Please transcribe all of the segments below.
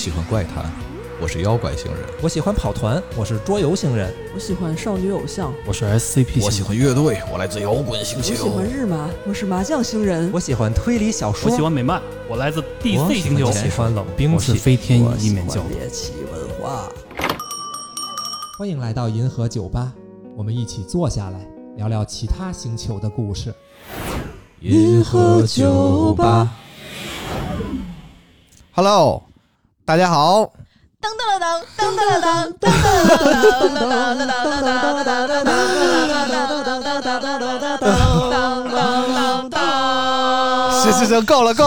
喜欢怪谈，我是妖怪星人； 我喜欢跑团，我是桌游星人； 我喜欢少女偶像， 我是 SCP 星人； 我喜欢乐队，我来自摇滚星球； 我喜欢日麻，我是麻将星人； 我喜欢推理小说， 我喜欢美漫，我来自 DC 星球； 我喜欢冷兵器， 我是飞天一面教徒。猎奇文化。 欢迎来到银河酒吧，我们一起坐下来聊聊其他星球的故事。 银河酒吧 ，Hello， 大家好。 噔噔噔噔噔噔噔噔噔噔行，够了。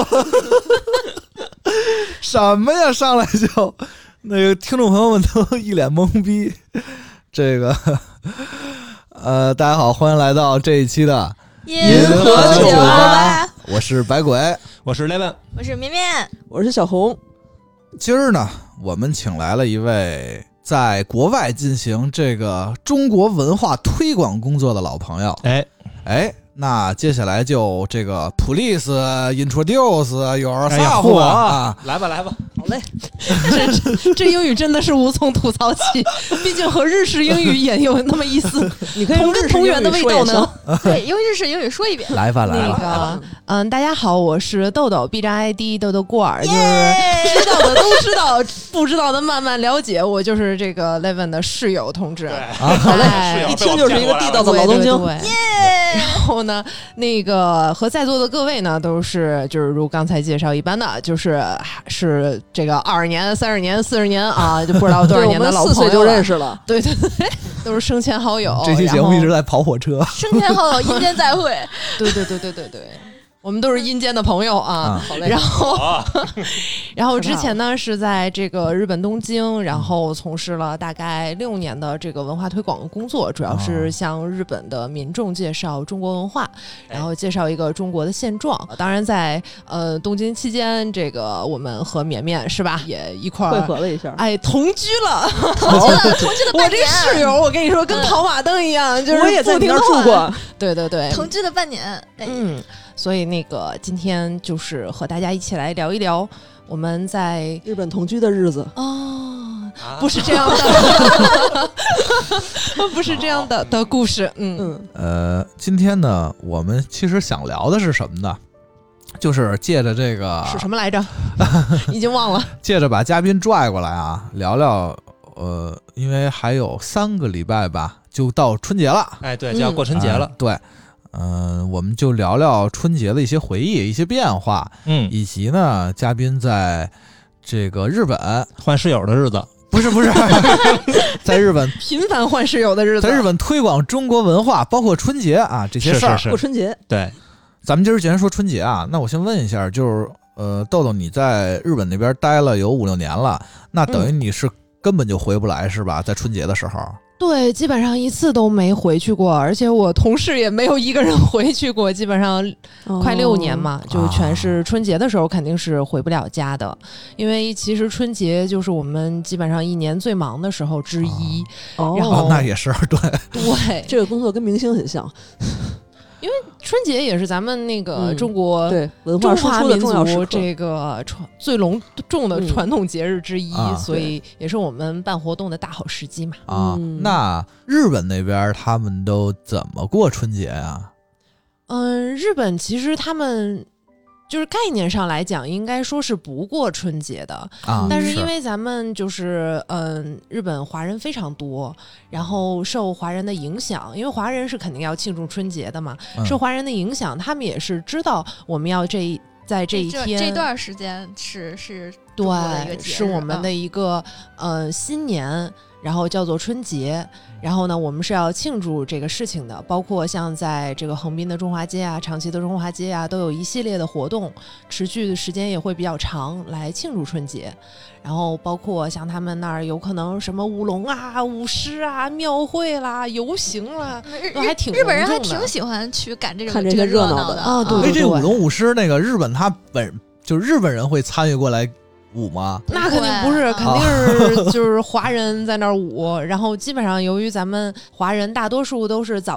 什么呀？上来就那个听众朋友们都一脸懵逼。这个大家好，欢迎来到这一期的银河酒吧。 我是百鬼， 我是 Levin， 我是绵绵， 我是小红。 今儿呢，我们请来了一位在国外进行这个中国文化推广工作的老朋友。那接下来就这个 Please introduce yourself 啊， 来吧。 好嘞， 这英语真的是无从吐槽起，毕竟和日式英语也有那么一丝你可以同根同源的味道呢。 对，用日式英语说一遍。 来吧。 大家好，我是豆豆 ，B 站 ID 豆豆过儿，就是知道的都知道，不知道的慢慢了解。我就是这个 Levin 的室友同志。 好嘞，一听就是一个地道的老东京。 然后呢，那个和在座的各位呢，都是就是如刚才介绍一般的，是这个20年、30年、40年啊，就不知道多少年的老朋友了。 4岁就认识了。 对，都是生前好友。 这期节目一直在跑火车。 生前好友，阴间再会。 对。我们都是阴间的朋友啊。好嘞。然后之前呢是在这个日本东京，然后从事了大概6年的这个文化推广的工作，主要是向日本的民众介绍中国文化，然后介绍一个中国的现状。当然在东京期间，这个我们和绵绵是吧，也一块汇合了一下， 同居了半年。 我这个室友，我跟你说跟跑马灯一样，就是我也在你那儿住过。 对， 同居了半年。 所以那个今天就是和大家一起来聊一聊我们在日本同居的日子。 不是这样的，不是这样的故事。 今天呢，我们其实想聊的是什么呢？就是借着这个是什么来着？已经忘了。 借着把嘉宾拽过来啊，聊聊因为还有3个礼拜吧，就到春节了。 对，就要过春节了。 对。我们就聊聊春节的一些回忆、一些变化，以及呢，嘉宾在这个日本换室友的日子， 不是，在日本频繁换室友的日子， 在日本推广中国文化，包括春节啊这些事儿。 过春节， 对， 咱们今儿既然说春节啊，那我先问一下，就是豆豆，你在日本那边待了有5-6年了，那等于你是根本就回不来是吧？在春节的时候。 对，基本上一次都没回去过，而且我同事也没有一个人回去过，基本上快6年嘛，就全是春节的时候肯定是回不了家的，因为其实春节就是我们基本上1年最忙的时候之一。然后那也是对， 这个工作跟明星很像。 因为春节也是咱们那个中国对文化输出的重要时刻， 这个最隆重的传统节日之一，所以也是我们办活动的大好时机嘛。 那日本那边他们都怎么过春节呀？ 日本其实他们就是概念上来讲，应该说是不过春节的但是因为咱们就是日本华人非常多，然后受华人的影响，因为华人是肯定要庆祝春节的嘛，受华人的影响，他们也是知道我们要在这一天这段时间是对，是我们的一个新年，然后叫做春节，然后呢我们是要庆祝这个事情的，包括像在这个横滨的中华街啊、长崎的中华街啊，都有一系列的活动，持续的时间也会比较长，来庆祝春节。然后包括像他们那儿有可能什么舞龙啊、舞狮啊、庙会啦、游行啦，都还挺日本人还挺喜欢去看这个热闹的啊。对， 这舞龙舞狮那个日本就是日本人会参与过来舞吗？ 那肯定不是，肯定是就是华人在那儿舞。然后基本上由于咱们华人大多数都是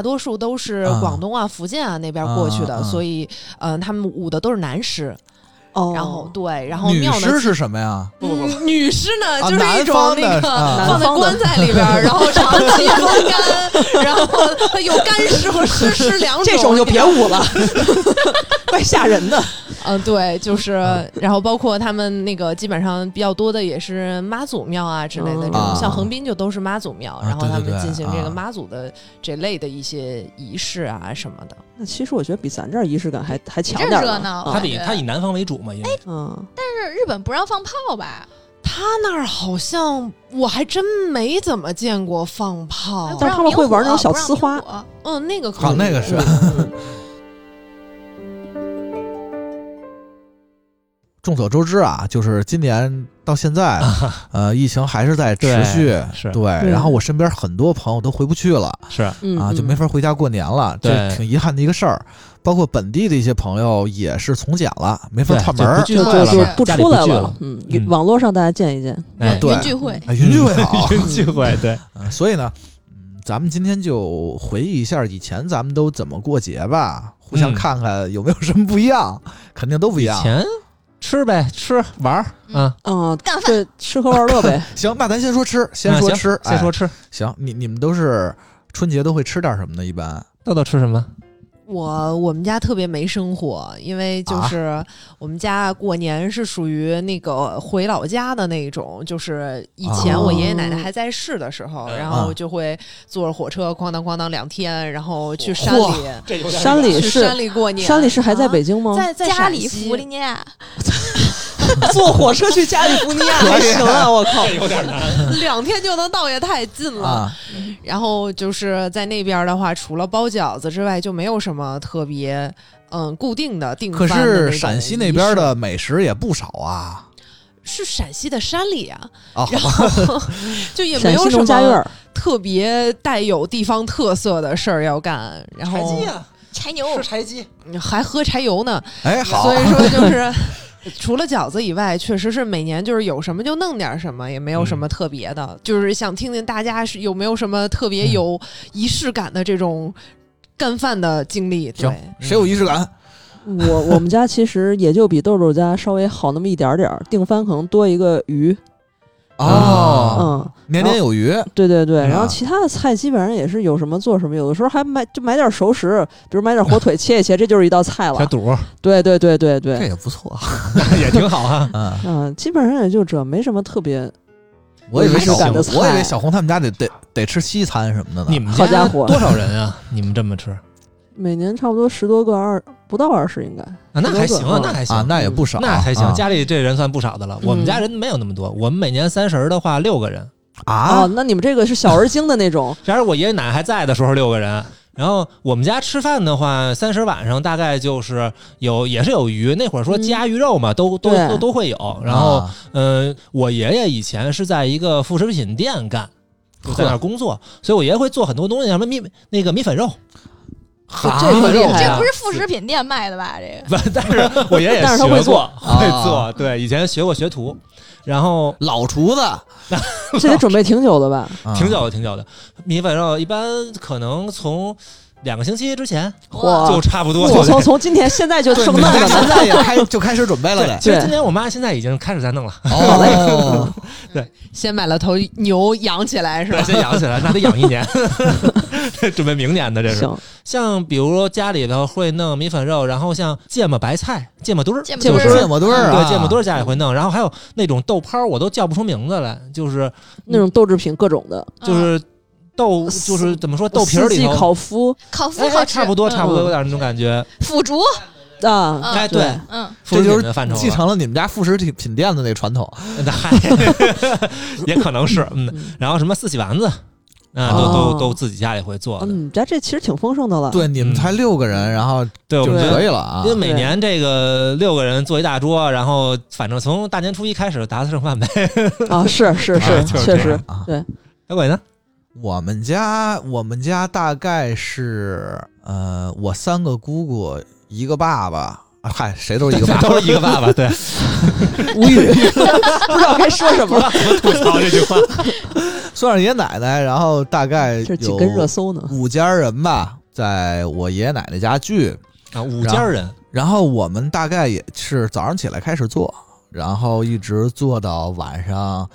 广东啊、福建啊那边过去的，所以他们舞的都是男狮。 然后对，然后女庙呢尸是什么呀？ 女尸呢，就是一种那个放在棺材里边，然后长期风干，然后它有干尸和湿尸两种， 这种就别捂了，怪吓人的。 对，就是，然后包括他们那个基本上比较多的也是妈祖庙啊之类的这种，像横滨就都是妈祖庙，然后他们进行这个妈祖的这类的一些仪式啊什么的。 那其实我觉得比咱这儿仪式感还强点， 热闹。 他以南方为主嘛，因为但是日本不让放炮吧？ 他那儿好像我还真没怎么见过放炮， 但是他们会玩那种小呲花。 那个可以， 那个是。众所周知啊，就是今年到现在，疫情还是在持续，对。然后我身边很多朋友都回不去了，就没法回家过年了，这挺遗憾的一个事儿。包括本地的一些朋友也是从简了，没法串门， 就不出来了。网络上大家见一见， 对， 云聚会， 云聚会好， 云聚会对。 所以呢，咱们今天就回忆一下以前咱们都怎么过节吧，互相看看有没有什么不一样，肯定都不一样。 以前吃呗，吃玩儿， 干饭， 对，吃喝玩乐呗。 行，那咱先说吃，先说吃。行，你们都是春节都会吃点什么呢？一般豆吃什么？ 我们家特别没生活，因为就是我们家过年是属于那个回老家的那种，就是以前我爷爷奶奶还在世的时候，然后就会坐着火车哐当哐当2天，然后去山里。 山里过年。 山里是还在北京吗？ 在加利福尼亚。 坐火车去加利福尼亚还行啊！我靠， 有点难 ，2天就能到也太近了。然后就是在那边的话，除了包饺子之外，就没有什么特别固定的订饭的。 可是陕西那边的美食也不少啊。 是陕西的山里啊，然后就也没有什么特别带有地方特色的事儿要干。然后柴鸡啊， 柴牛吃柴鸡， 还喝柴油呢。 好， 所以说就是。除了饺子以外，确实是每年就是有什么就弄点什么，也没有什么特别的。就是想听听大家是有没有什么特别有仪式感的这种干饭的经历。对， 谁有仪式感？ 我们家其实也就比豆豆家稍微好那么一点点，订饭可能多一个鱼。 年年有余。 对，然后其他的菜基本上也是有什么做什么，有的时候还买点熟食，比如买点火腿切一切，这就是一道菜了。 小肚。 对，这也不错， 也挺好啊。 基本上也就这，没什么特别。 我以为小红他们家得吃西餐什么的呢。 你们好家伙， 多少人啊？你们这么吃？ 每年差不多10多个，不到20应该。 那还行啊，那还行啊，那也不少， 那还行。家里这人算不少的了。我们家人没有那么多，我们每年30的话6个人啊。那你们这个是小而精的那种。 假如我爷爷奶奶还在的时候6个人，然后我们家吃饭的话，30晚上大概就是也是有鱼，那会儿说鸡鸭鱼肉嘛，都会有。然后我爷爷以前是在一个副食品店干，就在那儿工作，所以我爷爷会做很多东西，什么米粉肉。 这个厉害， 这不是副食品店卖的吧？这个，但是我爷爷但是他会做， 对，以前学过学徒，然后老厨子， 这得准备挺久的吧？ 挺久的。米粉肉一般可能从2个星期之前就差不多。 从今天现在就生弄了， 现在也开始准备了。 其实今年我妈现在已经开始在弄了。对， 先买了头牛养起来是吧？ 先养起来，那得养1年，准备明年的这是。像比如说家里头会弄米粉肉，然后像芥末白菜、芥末墩儿， 芥末墩儿， 对，芥末墩儿家里会弄，然后还有那种豆泡，我都叫不出名字来，就是那种豆制品各种的， 就是豆，就是怎么说豆皮里头烤麸好吃， 差不多有点那种感觉。 腐竹啊， 哎对， 这就是继承了你们家副食品店的那个传统， 也可能是然后什么四喜丸子。都自己家里会做的。 你家这其实挺丰盛的了。 对，你们才6个人，然后就可以了啊。 因为每年这个6个人坐一大桌，然后反正从大年初1开始打剩饭呗。 是，确实对。 小鬼呢？ 我们家大概是我3个姑姑1个爸爸。嗨，谁都是一个爸爸， 都是一个爸爸，对， 无语，不知道该说什么了。 怎么吐槽这句话？ 算上爷爷奶奶，然后大概这紧跟热搜呢 ，5家人吧，在我爷爷奶奶家聚啊，5家人， 然后我们大概也是早上起来开始做，然后一直做到晚上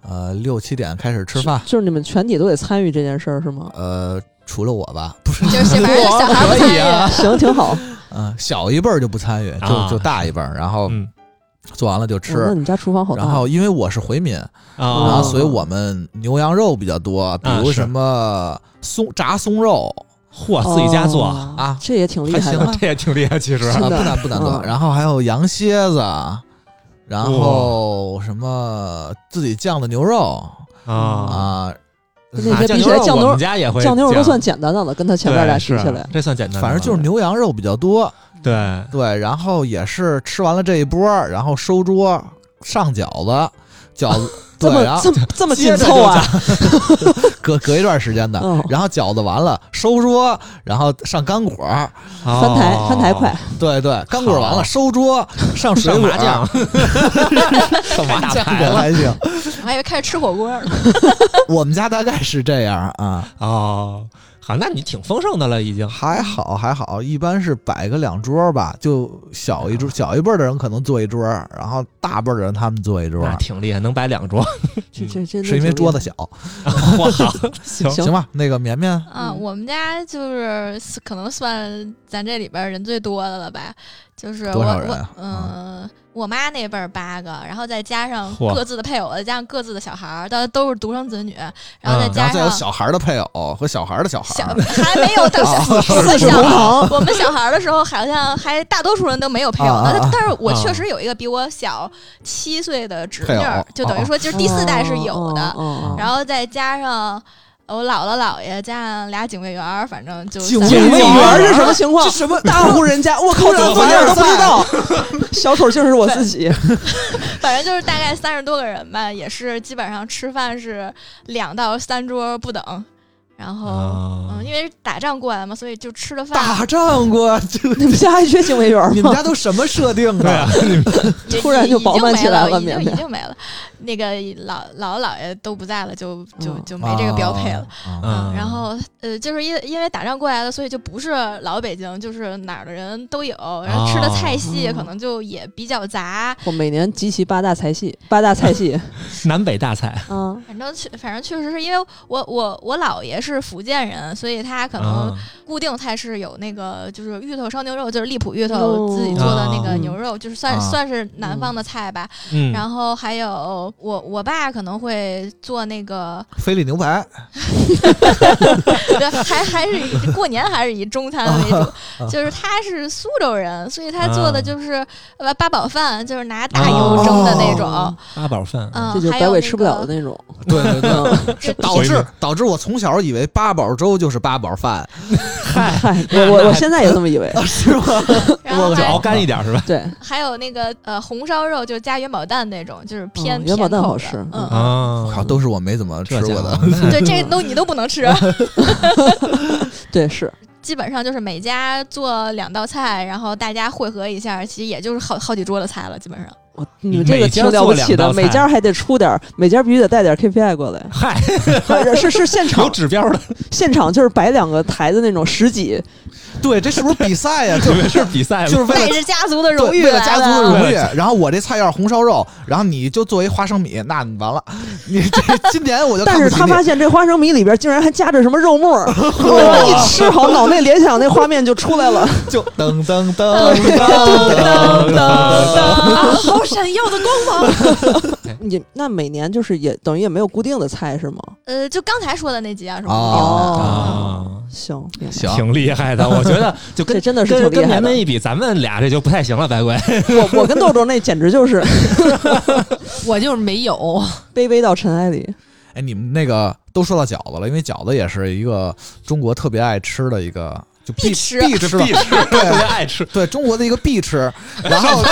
6、7点开始吃饭。 就是你们全体都得参与这件事儿是吗？ 除了我吧，不是， 就是反正小孩不参与， 行，挺好。 小一辈儿就不参与，就大一辈儿，然后做完了就吃。 那你家厨房好大。 然后因为我是回民，然后所以我们牛羊肉比较多，比如什么炸松肉。 嚯，自己家做啊， 这也挺厉害的， 这也挺厉害，其实不难做。然后还有羊蝎子，然后什么自己酱的牛肉啊。 跟那些比起来，酱牛肉都算简单的了，跟他前面俩比起来， 这算简单的。 反正就是牛羊肉比较多， 对， 然后也是吃完了这一波，然后收桌上饺子。 这么紧凑啊！ 隔一段时间的，然后饺子完了收桌，然后上干果， 翻台快。 对，干果完了收桌，上水果麻酱， 上麻酱还行。 我还以为开始吃火锅了。 我们家大概是这样啊。 哦。好，那你挺丰盛的了，已经还好，一般是摆个2桌吧，就小一辈的人可能坐一桌，然后大辈的人他们坐一桌， 那挺厉害，能摆2桌。 这是因为桌子小。行吧，那个绵绵啊，我们家就是可能算咱这里边人最多的了吧，就是多少人？ 我妈那辈儿8个，然后再加上各自的配偶，再加上各自的小孩，都是独生子女，然后再加上再有小孩的配偶和小孩的小孩， 还没有到我们小孩的时候，好像还大多数人都没有配偶呢。但是我确实有一个比我小7岁的侄女，就等于说就是第4代是有的，然后再加上。我姥姥姥爷加上俩警卫员，反正就警卫员是什么情况？什么大户人家？我靠，这么多人都不知道。小丑竟是我自己。 反正就是大概30多个人吧，也是基本上吃饭是2到3桌不等。然后，因为打仗过来嘛，所以就吃了饭。 打仗过， 你们家还缺警卫员？ 你们家都什么设定啊？ 突然就饱满起来了， 已经没了。那个姥姥姥爷都不在了，就没这个标配了。然后就是因为打仗过来的，所以就不是老北京，就是哪儿的人都有。然后吃的菜系可能就也比较杂。 我每年集齐8大菜系， 南北大菜。 反正确实是因为我姥爷是福建人，所以他可能固定菜式有那个就是芋头烧牛肉，就是荔浦芋头自己做的那个牛肉，就是算是南方的菜吧。然后还有我爸可能会做那个菲力牛排， 还是过年还是以中餐为主，就是他是苏州人，所以他做的就是八宝饭，就是拿大油蒸的那种八宝饭， 这就是白鬼吃不了的那种。 对，导致我从小以为八宝粥就是八宝饭。 嗨，我现在也这么以为， 是吗？ 我就熬干一点是吧？ 对， 还有那个红烧肉，就加元宝蛋那种，就是偏元宝蛋好吃。 都是我没怎么吃过的。 对，这你都不能吃。 对，是。 基本上就是每家做2道菜，然后大家汇合一下，其实也就是好几桌的菜了，基本上。 你们这个挺了不起的，每家还得出点，每家必须得带点 KPI 过来。 嗨， 是现场有指标的， 现场就是摆2个台的那种10几。 对，这是不是比赛呀？ 是比赛， 就是为了带着家族的荣誉， 为了家族的荣誉。然后我这菜要是红烧肉，然后你就做一花生米，那你完了。你这今年我就看不起你。 但是他发现这花生米里边竟然还夹着什么肉末，一吃好，脑内联想那画面就出来了， 就噔噔噔噔噔噔，好闪耀的光芒。 你那每年就是也等于也没有固定的菜是吗？ 就刚才说的那几样是固定的。 行， 挺厉害的，我觉得就跟真的是跟绵绵一比，咱们俩这就不太行了，白鬼。 我跟豆豆那简直就是， 我就是没有， 卑微到尘埃里。 哎，你们那个都说到饺子了，因为饺子也是一个中国特别爱吃的一个。就必吃， 对，特别爱吃， 对中国的一个必吃。然后，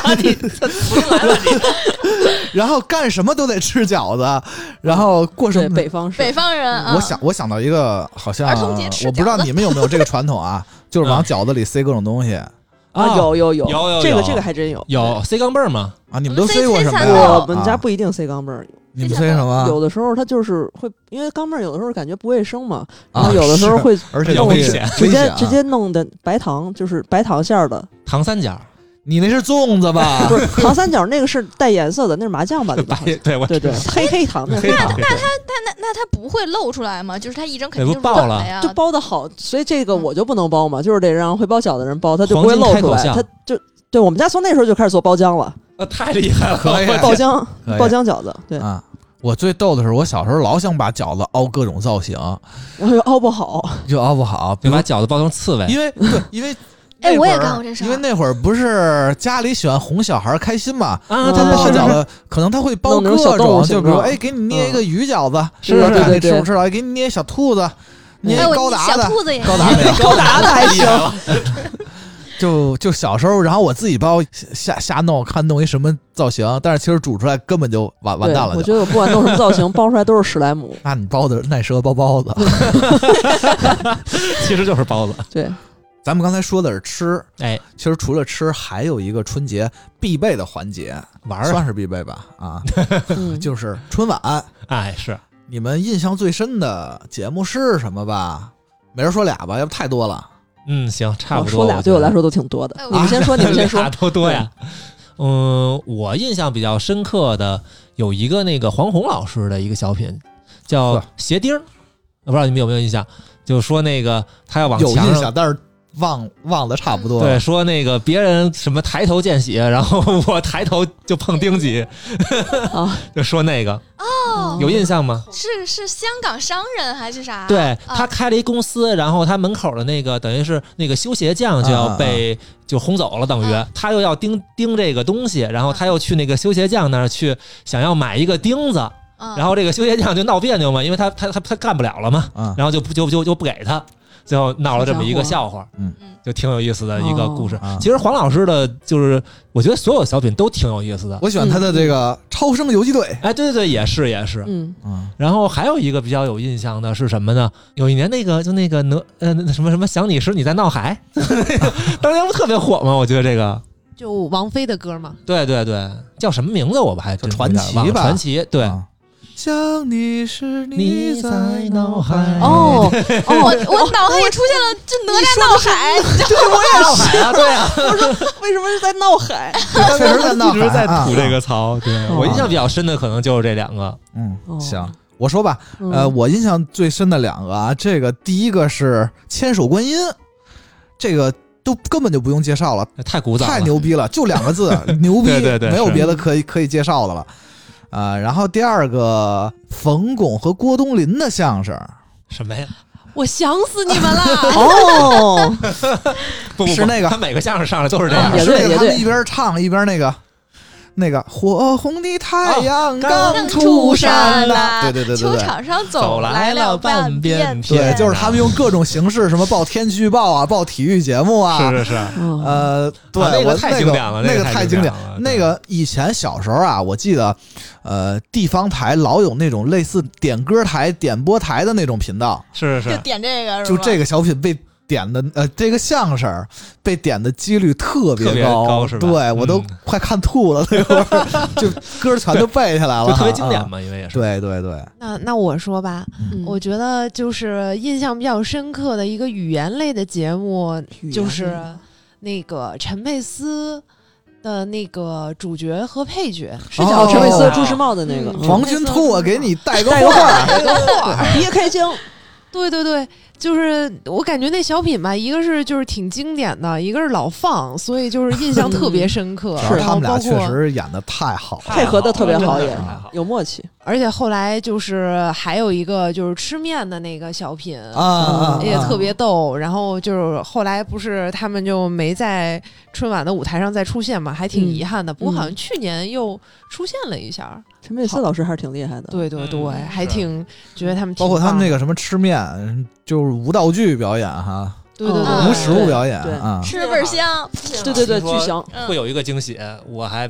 然后干什么都得吃饺子，然后过什么？ 北方人。 我想到一个，好像我不知道你们有没有这个传统啊，就是往饺子里塞各种东西啊。有，这个还真有。 有塞钢镚儿吗？ 啊，你们都塞过什么呀？ 我们家不一定塞钢镚儿。 你们催什么？ 有的时候它就是会，因为钢镚有的时候感觉不卫生嘛，然后有的时候会， 而且有危险， 直接弄的白糖，就是白糖馅儿的糖三角。 你那是粽子吧？ 不是糖三角，那个是带颜色的，那是麻酱吧？ 对，我对黑糖的黑糖。 那它不会露出来吗？就是它一蒸肯定就是爆了呀， 就包的好，所以这个我就不能包嘛，就是得让会包饺的人包，他就不会露出来，他就对我们家从那时候就开始做包浆了， 太厉害了， 包浆饺子，对啊。我最逗的是，我小时候老想把饺子凹各种造型， 然后又凹不好， 就把饺子包成刺猬， 因为。 哎，我也干过这事， 因为那会儿不是家里喜欢哄小孩开心嘛， 啊， 他包饺子可能他会包各种，就比如给你捏一个鱼饺子， 是看你吃不吃到，给你捏小兔子，捏高达的， 小兔子也高达的还行。就小时候，然后我自己包瞎弄，看弄一什么造型，但是其实煮出来根本就完蛋了。 我觉得我不管弄什么造型，包出来都是史莱姆。 那你包的耐蛇包子， 其实就是包子。 对。 咱们刚才说的是吃， 哎， 其实除了吃，还有一个春节必备的环节， 玩算是必备吧，啊，就是春晚。 哎，是你们印象最深的节目是什么吧？每人说俩吧，要不太多了。 行，差不多。 说俩对我来说都挺多的。你们先说，你们先说。 俩都多呀。我印象比较深刻的有一个那个黄宏老师的一个小品，叫鞋钉儿，我不知道你们有没有印象？就说那个他要往墙上， 有印象，但是忘的差不多。 对，说那个别人什么抬头见血，然后我抬头就碰钉几，就说那个有印象吗？ 是香港商人还是啥？ 对，他开了一公司，然后他门口的那个等于是那个修鞋匠就要被就轰走了，等于他又要钉这个东西，然后他又去那个修鞋匠那儿去想要买一个钉子。然后这个修鞋匠就闹别扭嘛，因为他干不了了嘛，然后就不给他。最后闹了这么一个笑话，就挺有意思的一个故事。其实黄老师的，就是我觉得所有小品都挺有意思的。 我喜欢他的这个超生游击队， 哎，对，也是，然后还有一个比较有印象的是什么呢？有一年那个就那个什么想你时你在闹海，当年不特别火吗？我觉得这个就王菲的歌嘛。 对，叫什么名字我还真传奇吧， 传奇对。 想你时你在脑海。 我脑海里出现了就哪吒闹海， 对，我也是啊，对啊。 我说为什么是在闹海？ 确实在闹海， 一直在吐这个槽。对，我印象比较深的可能就是这两个。 行，我说吧，我印象最深的两个啊，这个第一个是千手观音，这个都根本就不用介绍了， 太古早了， 太牛逼了，就2个字，牛逼， 对， 没有别的可以介绍的了。然后第二个冯巩和郭冬临的相声， 什么呀？ 我想死你们了！ 不是那个， 他每个相声上来都是这样， 是那个他们一边唱一边那个火红的太阳刚出山了，对， 球场上走来了半边天， 对，就是他们用各种形式，什么报天气预报啊，报体育节目啊， 是， 对， 那个太经典了， 那个太经典了。那个以前小时候啊，我记得，地方台老有那种类似点歌台、点播台的那种频道， 是， 就点这个， 就这个小品被点的这个相声被点的几率特别高，是吧？ 对，我都快看吐了，那会儿就歌全都背下来了， 就特别经典嘛，因为也是。 对。 那我说吧，我觉得就是印象比较深刻的一个语言类的节目，就是那个陈佩斯的那个主角和配角， 是叫陈佩斯朱时茂的那个黄金兔，我给你带个话， 别开枪。 对，就是我感觉那小品吧，一个是就是挺经典的，一个是老放，所以就是印象特别深刻。 是他们俩确实演的太好了， 配合的特别好，也有默契。 而且后来就是还有一个就是吃面的那个小品也特别逗。然后就是后来不是他们就没在春晚的舞台上再出现嘛，还挺遗憾的。不过好像去年又出现了一下。 陈佩斯老师还是挺厉害的， 对，还挺觉得他们包括他们那个什么吃面，就是无道具表演哈， 对， 无实物表演啊， 吃倍儿香， 对，巨香。 会有一个惊喜，我还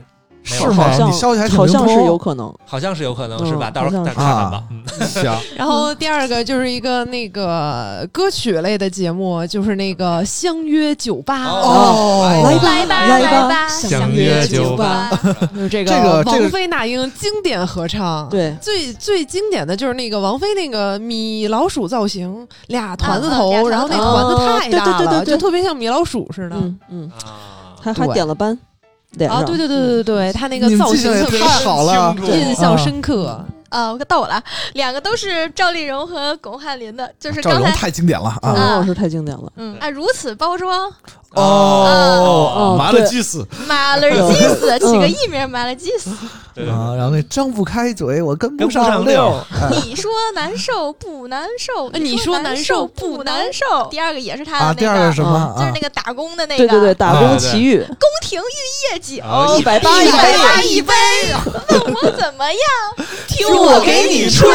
是吗？你消息还挺好像是有可能， 好像是有可能是吧？到时候再看看吧。 行。 然后第二个就是一个那个歌曲类的节目，就是那个相约酒吧来吧， 相约酒吧， 就是这个王菲那英经典合唱。 对， 最经典的就是那个王菲那个米老鼠造型，俩团子头，然后那团子太大了，就特别像米老鼠似的。 还点了斑。 啊，对，他那个造型特别太好了， 印象深刻。 到我了，两个都是赵丽蓉和巩汉林的，就是赵丽蓉太经典了啊，赵老师太经典了。 如此包装麻了鸡死， 起个艺名麻了鸡死然后那张不开嘴，我跟不上溜。 你说难受不难受？ 你说难受不难受？ 第二个也是他的第二个什么？ 就是那个打工的那个， 对，打工奇遇， 宫廷玉液酒 180 一杯，问我怎么样？ 听我给你吹。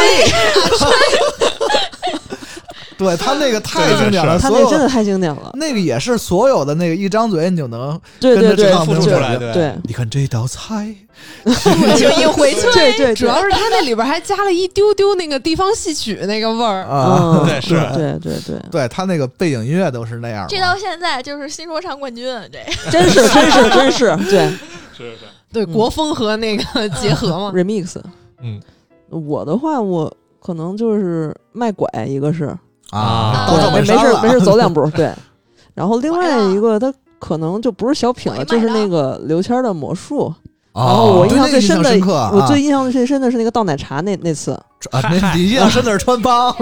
对他那个太经典了， 他那真的太经典了。 那个也是所有的那个一张嘴你就能对复出来。 对， 你看这道菜， 就一回脆。对， 主要是他那里边还加了一丢丢那个地方戏曲那个味儿对，是， 对他那个背景音乐都是那样。 这到现在就是新说唱冠军，这真是，对， 是， 对，国风和那个结合嘛 ，remix。我的话，我可能就是卖拐，一个是。没事，走两步。对，然后另外一个，他可能就不是小品了，就是那个刘谦的魔术。然后我印象最深的，我最印象最深的是那个倒奶茶那次。 你印象深的是穿帮。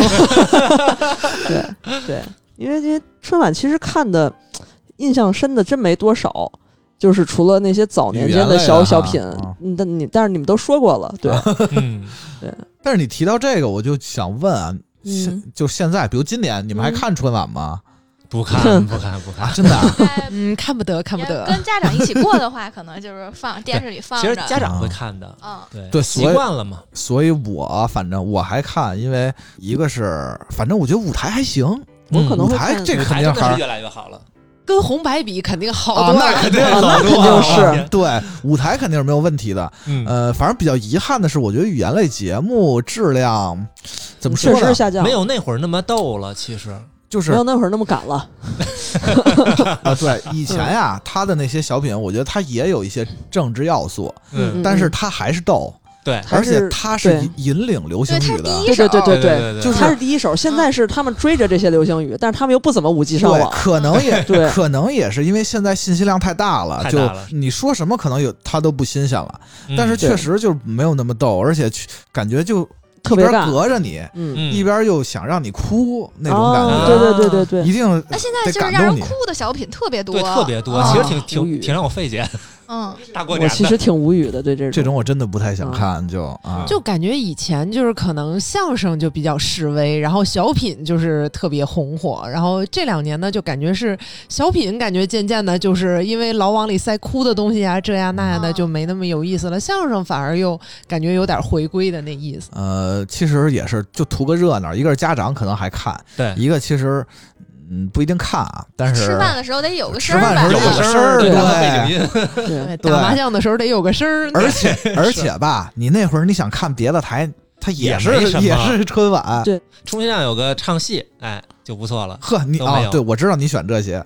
对，因为春晚其实看的印象深的真没多少，就是除了那些早年间的小品，但是你们都说过了，对，对。 但是你提到这个，我就想问啊。就现在，比如今年，你们还看春晚吗？ 不看， 真的。 看不得。 跟家长一起过的话，可能就是放电视里放着。 其实家长会看的， 对， 习惯了嘛。 所以反正我还看，因为一个是，反正我觉得舞台还行， 我可能舞台这个肯定是越来越好了。 跟红白比肯定好多， 那肯定是对舞台肯定是没有问题的。反正比较遗憾的是，我觉得语言类节目质量怎么说呢？ 确实下降， 没有那会儿那么逗了。其实就是没有那会儿那么赶了。 对，以前呀，他的那些小品，我觉得他也有一些政治要素，但是他还是逗。 对， 而且他是引领流行语的， 对， 就是他是第一手。现在是他们追着这些流行语，但是他们又不怎么五 G 上网， 可能也是因为现在信息量太大了，就你说什么可能他都不新鲜了。但是确实就没有那么逗，而且感觉就特别隔着你，一边又想让你哭那种感觉， 对， 一定。 那现在就是让人哭的小品特别多， 对，特别多，其实挺让我费解。大过年我其实挺无语的，对这种我真的不太想看， 就感觉以前就是可能相声就比较示威，然后小品就是特别红火，然后这2年呢就感觉是小品，感觉渐渐的就是因为老往里塞哭的东西啊，这样那样的就没那么有意思了，相声反而又感觉有点回归的那意思。 其实也是就图个热闹，一个是家长可能还看， 对， 一个其实。不一定看啊，但是吃饭的时候得有个声儿， 有个声儿， 对，背景音，对，打麻将的时候得有个声儿。 而且吧，你那会儿你想看别的台，它也是春晚， 对， 充其量有个唱戏，就不错了。 呵，你对，我知道你选这些。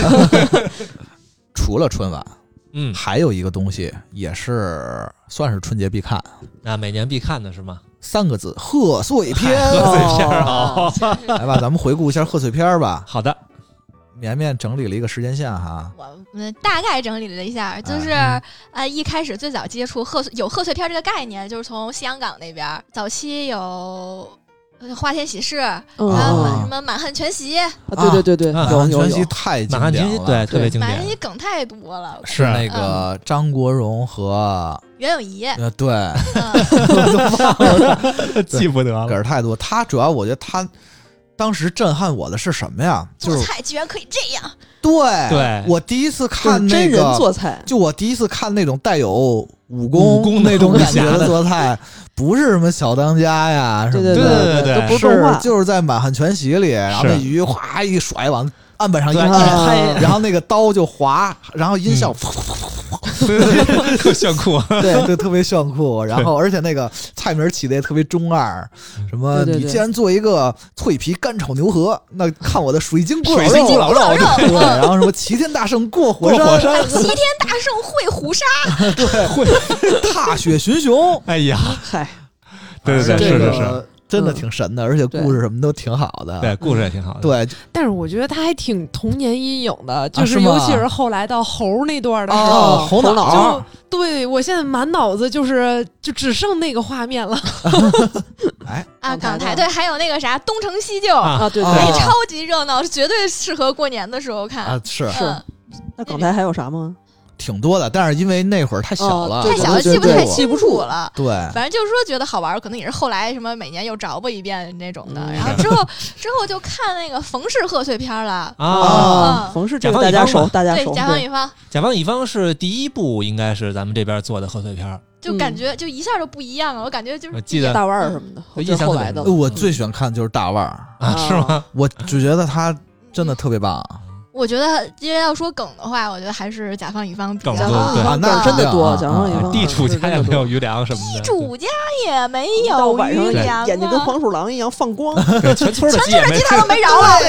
除了春晚，还有一个东西也是算是春节必看， 每年必看的是吗 ？3个字，贺岁片。 贺岁片好， 来吧，咱们回顾一下贺岁片吧。 好的， 绵绵整理了一个时间线哈， 我大概整理了一下，就是一开始最早接触有贺岁片这个概念，就是从香港那边，早期有花田喜事，还有什么满汉全席， 对， 满汉全席太经典了， 对，特别经典， 满汉全席梗太多了， 是那个张国荣和袁咏仪， 对， 记不得了， 梗太多。他主要我觉得他当时震撼我的是什么呀？ 做菜居然可以这样。 对，我第一次看那个真人做菜， 就我第一次看那种带有武功那种感觉的做菜，不是什么小当家呀什么的， 对，都不是动画， 就是在满汉全席里，然后那鱼哗一甩往案板上一拍，然后那个刀就滑，然后音效特炫酷， 对，特别炫酷。然后而且那个菜名起的也特别中二，什么你既然做一个脆皮干炒牛河，那看我的水晶咕老肉， 对，然后什么齐天大圣过火山， 齐天大圣会虎杀， 对，会踏雪寻熊， 哎呀， 嗨， 对，是。 真的挺神的，而且故事什么都挺好的。 对，故事也挺好的。 对， 但是我觉得他还挺童年阴影的，就是尤其是后来到猴那段的时候，猴脑， 就对我现在满脑子就只剩那个画面了。 哎港台对，还有那个啥东成西就对， 超级热闹，绝对适合过年的时候看啊。是。 那港台还有啥吗？ 挺多的，但是因为那会儿太小了， 记不住了。 对， 反正就是说觉得好玩，可能也是后来什么每年又找吧一遍那种的。然后之后就看那个冯氏贺岁片了冯氏这个大家熟， 对，甲方乙方。 甲方乙方是第一部，应该是咱们这边做的贺岁片， 就感觉就一下就不一样了。我感觉就是记得大腕儿什么的，就是后来的。 我最喜欢看就是大腕儿是吗？ 我就觉得他真的特别棒。 我觉得，因为要说梗的话，我觉得还是甲方乙方比较多， 那真的多。甲方乙方， 地主家也没有余粮什么的， 地主家也没有余粮， 眼睛跟黄鼠狼一样放光， 全村的鸡蛋都没着了。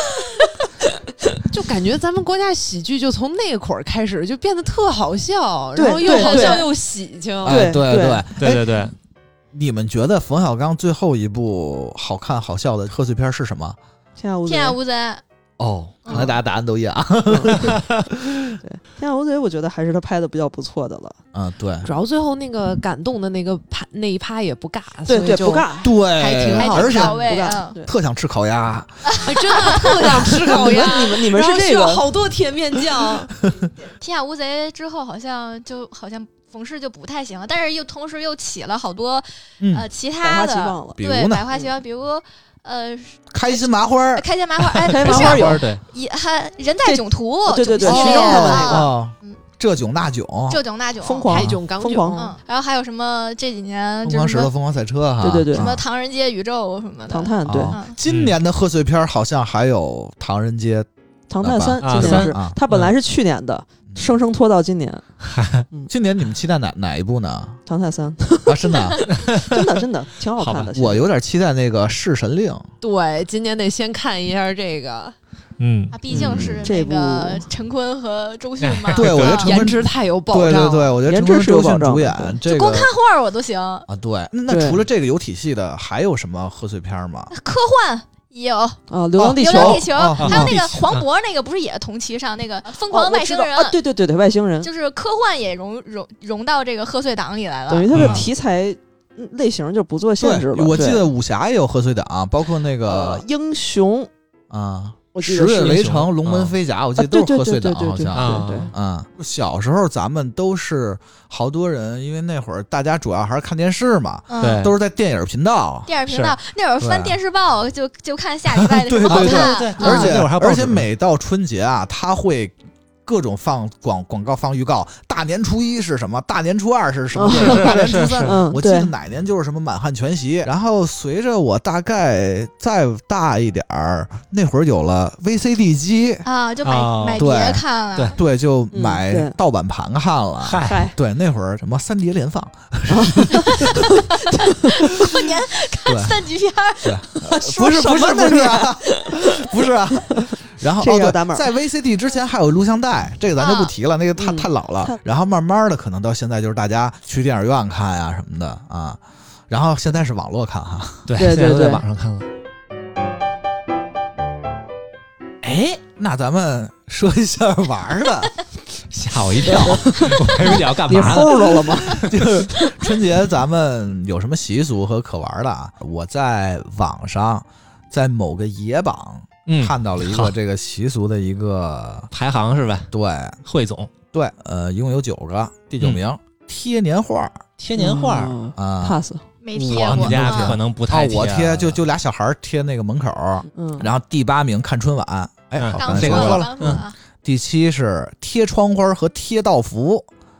就感觉咱们国家喜剧就从那会儿开始就变得特好笑，然后又好笑又喜庆。 对。 你们觉得冯小刚最后一部好看好笑的贺岁片是什么？ 天下无贼。 看来大家答案都一样。 对，天下无贼，我觉得还是他拍的比较不错的了。 对， 主要最后那个感动的那一趴也不尬， 对，不尬， 对， 还挺好， 而且不尬， 特想吃烤鸭， 真的特想吃烤鸭。 你们是这个好多甜面酱。 天下无贼之后，好像冯氏就不太行了，但是同时又起了好多其他的，对，百花齐放，比如。 开心麻花， 开心麻花， 开心麻花有， 也还人在囧途， 对，徐峥他们那个， 这囧那囧， 疯狂， 海囧港囧， 然后还有什么这几年疯狂石头、疯狂赛车哈， 对， 什么唐人街宇宙什么的， 唐探对。 今年的贺岁片好像还有唐人街、 唐探3，今年是，它本来是去年的。生生拖到今年。 今年你们期待哪一部呢？ 唐探3 啊，真的真的挺好看的。 我有点期待那个《弑神令》。 对，今年得先看一下这个。 毕竟是那个陈坤和周迅嘛。 对，我觉得陈坤颜值太有保障。 对，我觉得陈坤、周迅主演，这个光看画我都行啊。 对，那除了这个有体系的，还有什么贺岁片吗？ 科幻。也有流浪地球， 还有那个黄渤那个不是也同期上那个疯狂外星人？ 对，外星人就是科幻也融到这个贺岁档里来了。 等于它的题材类型就不做限制了。 我记得武侠也有贺岁档，包括那个英雄啊。十月围城、龙门飞甲，我记得都是贺岁档，好像。小时候咱们都是好多人，因为那会儿大家主要还是看电视嘛，都是在电影频道。 电影频道那会儿翻电视报就看下礼拜的什么好看。 对，而且每到春节啊，他会。各种放广告放预告，大年初一是什么？大年初二是什么？大年初3，我记得哪年就是什么满汉全席。然后随着我大概再大一点儿，那会儿有了 VCD 机啊，就买碟看了， 对，就买盗版盘看了。对，那会儿什么3碟连放， 过年看3级片， 不是啊。然后在 VCD 之前还有录像带，这个咱就不提了，那个太老了。然后慢慢的可能到现在就是大家去电影院看呀什么的啊，然后现在是网络看哈， 对，现在都在网上看了。 那咱们说一下玩的， 吓我一跳，我还以为你要干嘛呢？ 你齁着了吗？ 就是春节咱们有什么习俗和可玩的啊？我在网上在某个野榜。看到了一个这个习俗的一个排行是吧？ 对， 汇总对，一共有9个，第9名贴年画， 贴年画啊 ，pass 没贴过， 我们家可能不太贴， 我贴就俩小孩贴那个门口，然后第8名看春晚，好， 这个说了， 第7是贴窗花和贴道符，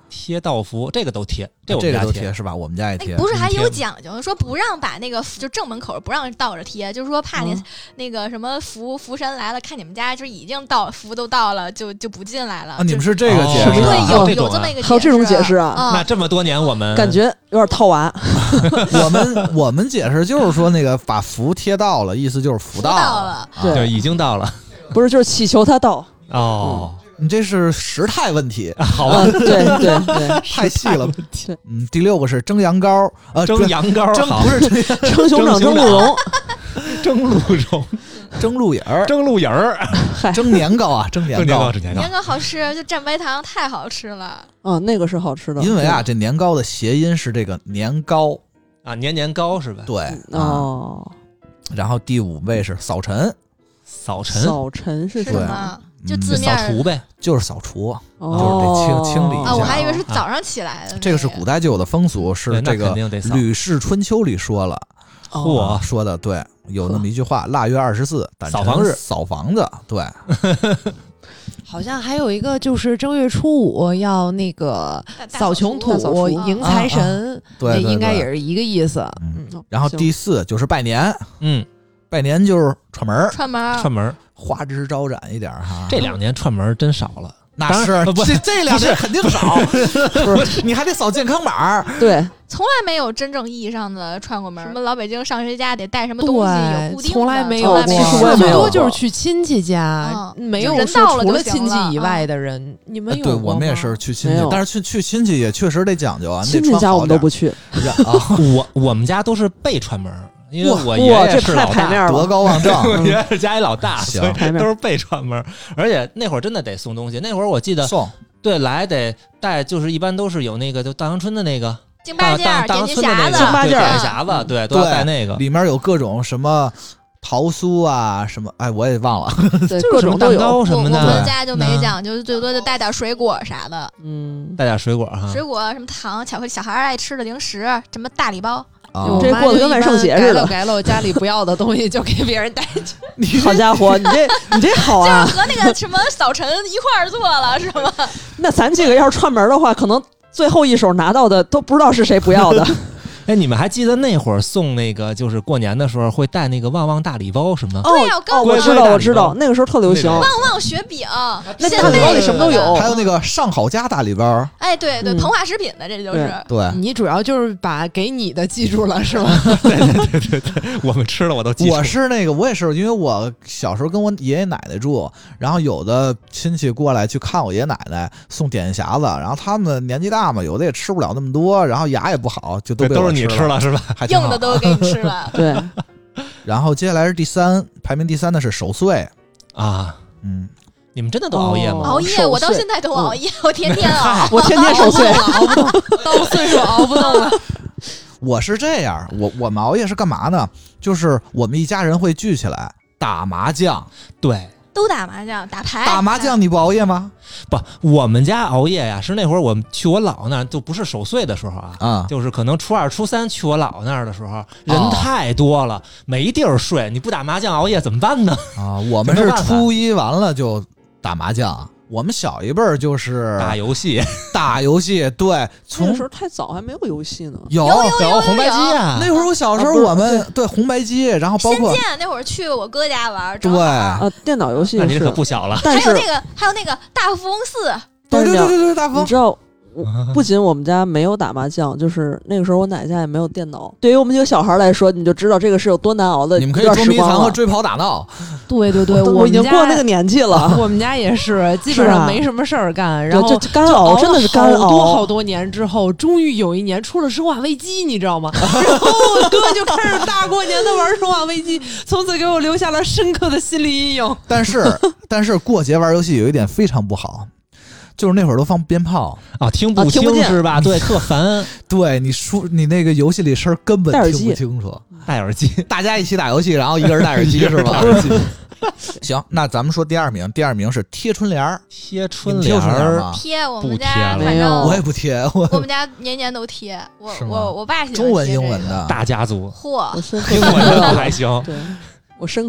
贴道符，这个都贴， 这个都贴是吧？我们家也贴。 不是还有讲究，说不让把那个就正门口不让倒着贴，就是说怕那个什么福神来了，看你们家就已经福都到了，就不进来了。 你们是这个解释？ 对，有这么一个解释， 还有这种解释啊？ 那这么多年我们感觉有点套娃。 我们解释就是说那个把福贴到了，意思就是福到了， 对， 已经到了， 不是就是祈求他到哦。 你这是时态问题， 好吧？ 对， 太细了。第6个是蒸羊羔， 蒸羊羔， 不是蒸熊掌、蒸鹿茸、 蒸鹿茸、 蒸鹿眼儿、 蒸鹿眼儿、 蒸年糕啊，蒸年糕， 年糕好吃，就蘸白糖太好吃了。 那个是好吃的， 因为这年糕的谐音是这个年糕啊，年糕是吧？ 对哦。然后第5位是扫尘， 扫尘是什么？就字面扫除呗， 就是扫除，就是得清理一下。 我还以为是早上起来的。 这个是古代就有的风俗，是这个《吕氏春秋》里说了，说的对，有那么一句话：腊月24，掸尘日，扫房子。对， 好像还有一个就是正月初5要那个扫穷土、迎财神， 对， 应该也是一个意思。 然后第4就是拜年，拜年就是串门，花枝招展一点哈。 这2年串门真少了， 那是这2年肯定少，不是你还得扫健康码。 对， 从来没有真正意义上的串过门。什么老北京上谁家得带什么东西，有固定的， 从来没有。其实最多就是去亲戚家，没有说除了亲戚以外的人。你们有对，我们也是去亲戚，但是去亲戚也确实得讲究啊。 亲戚家我们都不去。 我们家都是被串门。因为我爷爷是老大， 德高望重， 我爷爷是家里老大，所以都是被串门。而且那会儿真的得送东西，那会儿我记得对来得带，就是一般都是有那个就大阳春的那个京八件、 大阳春的那个京八件、 点匣子，对，都要带那个， 里面有各种什么桃酥啊，什么我也忘了， 对，各种蛋糕什么的。 我们家就没讲，就是最多就带点水果啥的， 带点水果哈， 水果什么糖、巧克力，小孩爱吃的零食，什么大礼包。 这过得跟万圣节似的， 改了家里不要的东西就给别人带去。 好家伙，你这好啊！ 就是和那个什么扫尘一块儿做了是吗？ 那咱几个要是串门的话，可能最后一手拿到的都不知道是谁不要的。 哎，你们还记得那会儿送那个，就是过年的时候会带那个旺旺大礼包什么？ 对呀， 我知道，那个时候特流行。 旺旺雪饼， 那大礼包里什么都有， 还有那个上好佳大礼包。 哎，对，膨化食品的，这就是。 对， 你主要就是把给你的记住了是吗？ 对，我们吃了我都记住。 我是那个，我也是，因为我小时候跟我爷爷奶奶住，然后有的亲戚过来去看我爷爷奶奶，送点心匣子，然后他们年纪大嘛，有的也吃不了那么多，然后牙也不好，就都是你吃了是吧？ 硬的都给你吃了。 对。 然后接下来是排名第3的是守岁啊，你们真的都熬夜吗？ 熬夜，我到现在都熬夜，我天天熬， 我天天守岁， 熬不动，到岁数熬不动了。 我是这样，我们熬夜是干嘛呢？就是我们一家人会聚起来打麻将， 对。 都打麻将、打牌。 打麻将你不熬夜吗？ 不，我们家熬夜呀，是那会儿我们去我姥那，就不是守岁的时候啊，就是可能初2、初3去我姥那儿的时候，人太多了，没地儿睡，你不打麻将熬夜怎么办呢？ 啊，我们是初1完了就打麻将。我们小一辈儿就是打游戏， 对， 那个时候太早还没有游戏呢。 有红白机啊！ 那会儿我小时候，我们对红白机，然后包括仙剑那会儿去我哥家玩， 对电脑游戏那你可不小了。 还有那个大富翁4， 对，大富翁， 你知道。不仅我们家没有打麻将，就是那个时候我奶奶家也没有电脑。对于我们几个小孩来说，你就知道这个是有多难熬的。 你们可以捉迷藏和追跑打闹。 对， 我已经过那个年纪了。 我们家也是，基本上没什么事儿干，然后就干熬，真的是干熬。 好多年之后，终于有一年出了《生化危机》，你知道吗？然后我哥就开始大过年的玩《生化危机》，从此给我留下了深刻的心理阴影。 但是过节玩游戏有一点非常不好。就是那会儿都放鞭炮啊，听不清是吧？对，特烦。 对，你那个游戏里声根本听不清楚。 戴耳机， 大家一起打游戏，然后一个人戴耳机是吧？行，那咱们说第二名是贴春联儿。 贴春联吗？ 贴，我们家反正我也不贴， 我们家年年都贴。我爸喜欢中文英文的大家族， 嚯， 英文的还行。 对，我深刻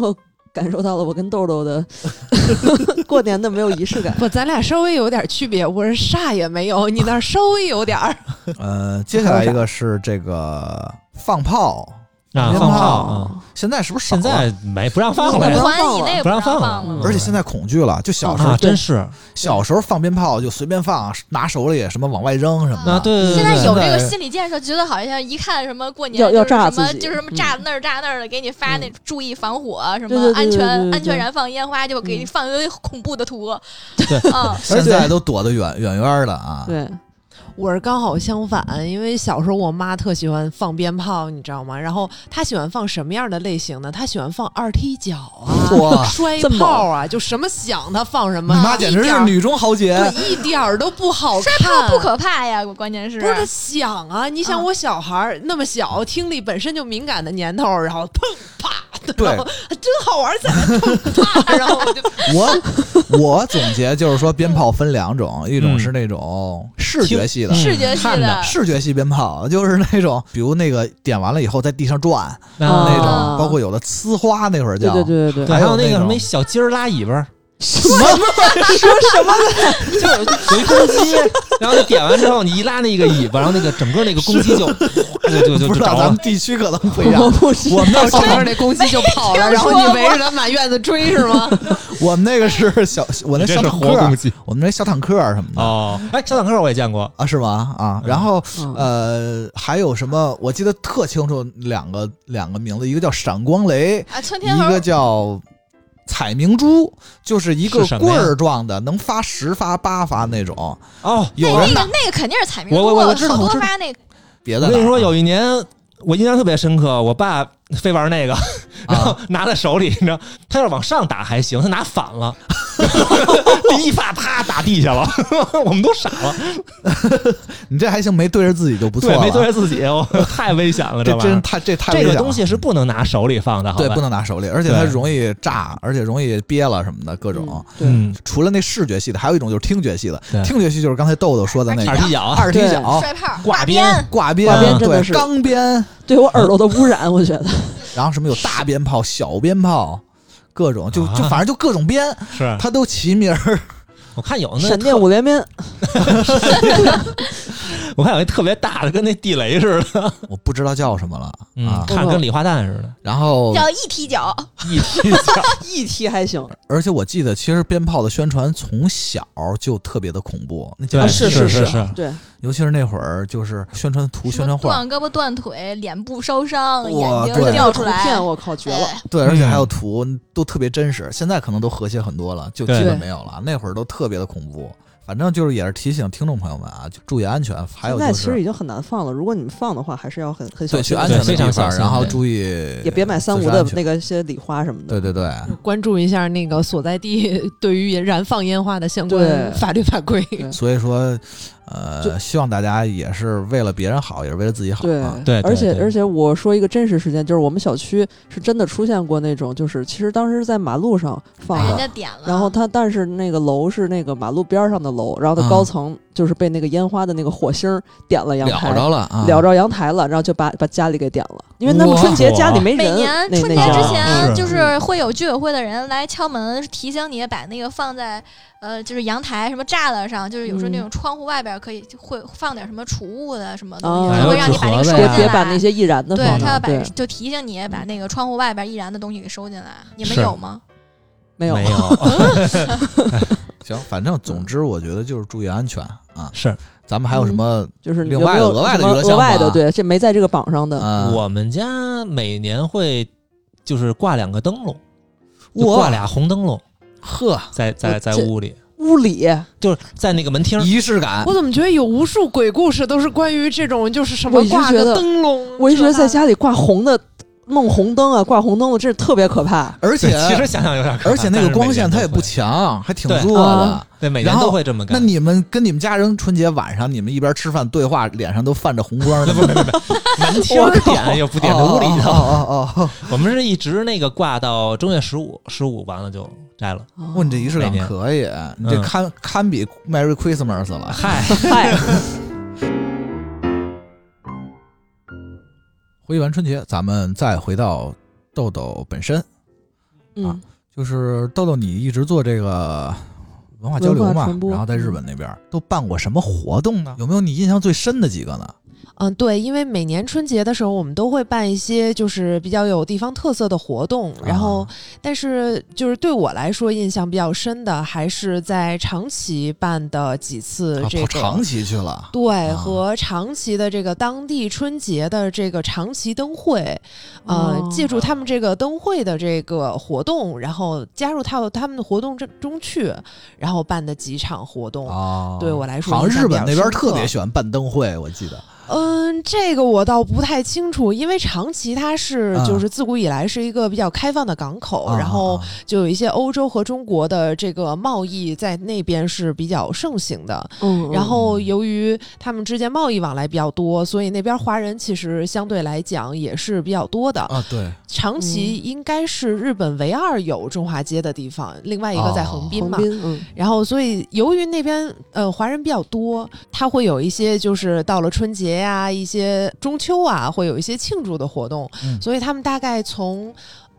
感受到了我跟豆豆的过年的没有仪式感。 不，咱俩稍微有点区别，我是啥也没有，你那儿稍微有点儿。 接下来一个是这个放炮。 放炮， 现在是不是少了？ 现在不让放了 5环以内不让放了， 而且现在恐惧了。就小时候真是， 小时候放鞭炮就随便放，拿手里什么往外扔什么的。 对。 现在有这个心理建设，觉得好像一看什么过年要炸自己， 就是什么炸那儿炸那儿的，给你发那注意防火，什么安全燃放烟花，就给你放一堆恐怖的图。 对， 现在都躲得远远的啊。 对。 我是刚好相反，因为小时候我妈特喜欢放鞭炮，你知道吗？然后她喜欢放什么样的类型呢？她喜欢放二踢脚啊、摔炮啊，就什么响她放什么。 你妈简直是女中豪杰， 对，一点都不好看。 摔炮不可怕呀，关键是不是它响啊？你想我小孩那么小，听力本身就敏感的年头，然后砰啪。 对， 真好玩，在那砰啪，然后我总结就是说，鞭炮分2种，一种是那种视觉系的， 视觉系鞭炮，就是那种，比如那个点完了以后在地上转那种，包括有的呲花那会儿叫， 对， 还有那个什么小鸡儿拉尾巴。 什么就是有一公鸡，然后你点完之后，你一拉那个尾巴，然后那个整个那个公鸡就不知道咱们地区可能不一样。 我们那整个那公鸡就跑了，然后你围着它满院子追是吗？ 我们那个是我那小坦克，我们那小坦克什么的。 哦，小坦克我也见过啊，是吗？啊，然后还有什么？我记得特清楚两个名字，一个叫闪光雷，一个叫彩明珠，就是一个棍儿状的，能发10发8发那种。 哦， 有人那个肯定是彩明珠， 我知道， 好多发那个。 别的， 我跟你说，有一年我印象特别深刻，我爸非玩那个，然后拿在手里，你知道，他要是往上打还行，他拿反了，第一发啪打地下了，我们都傻了。 你这还行，没对着自己就不错了。 没对着自己，太危险了， 这真太危险了。 这个东西是不能拿手里放的， 对，不能拿手里，而且它容易炸，而且容易憋了什么的各种。除了那视觉系的，还有一种就是听觉系的。听觉系就是刚才豆豆说的那个二踢脚、 摔炮、 挂鞭、 对，钢鞭， 对我耳朵的污染，我觉得。 然后什么有大鞭炮、小鞭炮，各种就反正就各种鞭， 是它都起名儿。 我看有那闪电5连鞭， 我看有一特别大的，跟那地雷似的， 我不知道叫什么了啊， 看跟礼花弹似的。 然后叫一踢脚， 一踢还行。 而且我记得，其实鞭炮的宣传从小就特别的恐怖，那叫是， 对， 尤其是那会儿就是宣传图、宣传画， 断胳膊、断腿、脸部烧伤、眼睛对掉出来， 我靠，绝了！ 对，而且还有图都特别真实。现在可能都和谐很多了，就基本没有了。那会儿都特别的恐怖。反正就是也是提醒听众朋友们啊，就注意安全。还有就是现在其实已经很难放了，如果你们放的话，还是要很小心， 去安全的地方，然后注意， 也别买3无的那个些礼花什么的。 对， 关注一下那个所在地对于燃放烟花的相关法律法规。 所以说，希望大家也是为了别人好，也是为了自己好。 对， 而且我说一个真实事件，就是我们小区是真的出现过那种，就是其实当时在马路上放的， 人家点了， 然后但是那个楼是那个马路边上的楼，然后它高层就是被那个烟花的那个火星点了阳台，燎着阳台了，然后就把家里给点了，因为那么春节家里没人， 每年春节之前就是会有居委会的人来敲门提醒你把那个放在就是阳台什么栅栏上，就是有时候那种窗户外边会放点什么储物的什么东西，他会让你把那个收进来， 别把那些易燃的放上， 对，他要就提醒你把那个窗户外边易燃的东西给收进来。你们有吗？ 没有。 行，反正总之我觉得就是注意安全啊。 是， 咱们还有什么就是另外额外的娱乐项目？ 额外的，对，这没在这个榜上的。 我们家每年会就是挂2个灯笼，挂俩红灯笼。 呵， 在屋里就是在那个门厅， 仪式感。 我怎么觉得有无数鬼故事都是关于这种，就是什么挂个灯笼？ 我一直觉得在家里挂红的。弄红灯啊，挂红灯了，这特别可怕。 而且其实想想有点可怕， 而且那个光线它也不强，还挺弱的。 对，每年都会这么干。 那你们跟你们家人春节晚上，你们一边吃饭对话，脸上都泛着红光。 不，门厅点又不点在屋里头。 哦， 我们是一直那个挂到正月15完了就摘了。 哇，你这仪式感可以，你这堪比 Merry Christmas 了。 嗨。 回完春节，咱们再回到豆豆本身。 就是豆豆，你一直做这个文化交流嘛，然后在日本那边都办过什么活动呢？有没有你印象最深的几个呢？ 对，因为每年春节的时候，我们都会办一些就是比较有地方特色的活动，然后，但是就是对我来说印象比较深的，还是在长崎办的几次这个长崎去了， 对，和长崎的这个当地春节的这个长崎灯会，借助他们这个灯会的这个活动，然后加入到他们的活动中去，然后办的几场活动，对我来说， 好像日本那边特别喜欢办灯会，我记得。 这个我倒不太清楚，因为长崎它是就是自古以来是一个比较开放的港口，然后就有一些欧洲和中国的这个贸易在那边是比较盛行的。然后由于他们之间贸易往来比较多，所以那边华人其实相对来讲也是比较多的。 对， 长崎应该是日本唯二有中华街的地方，另外一个在横滨嘛。然后所以由于那边华人比较多，它会有一些就是到了春节呀，一些中秋啊，会有一些庆祝的活动，所以他们大概从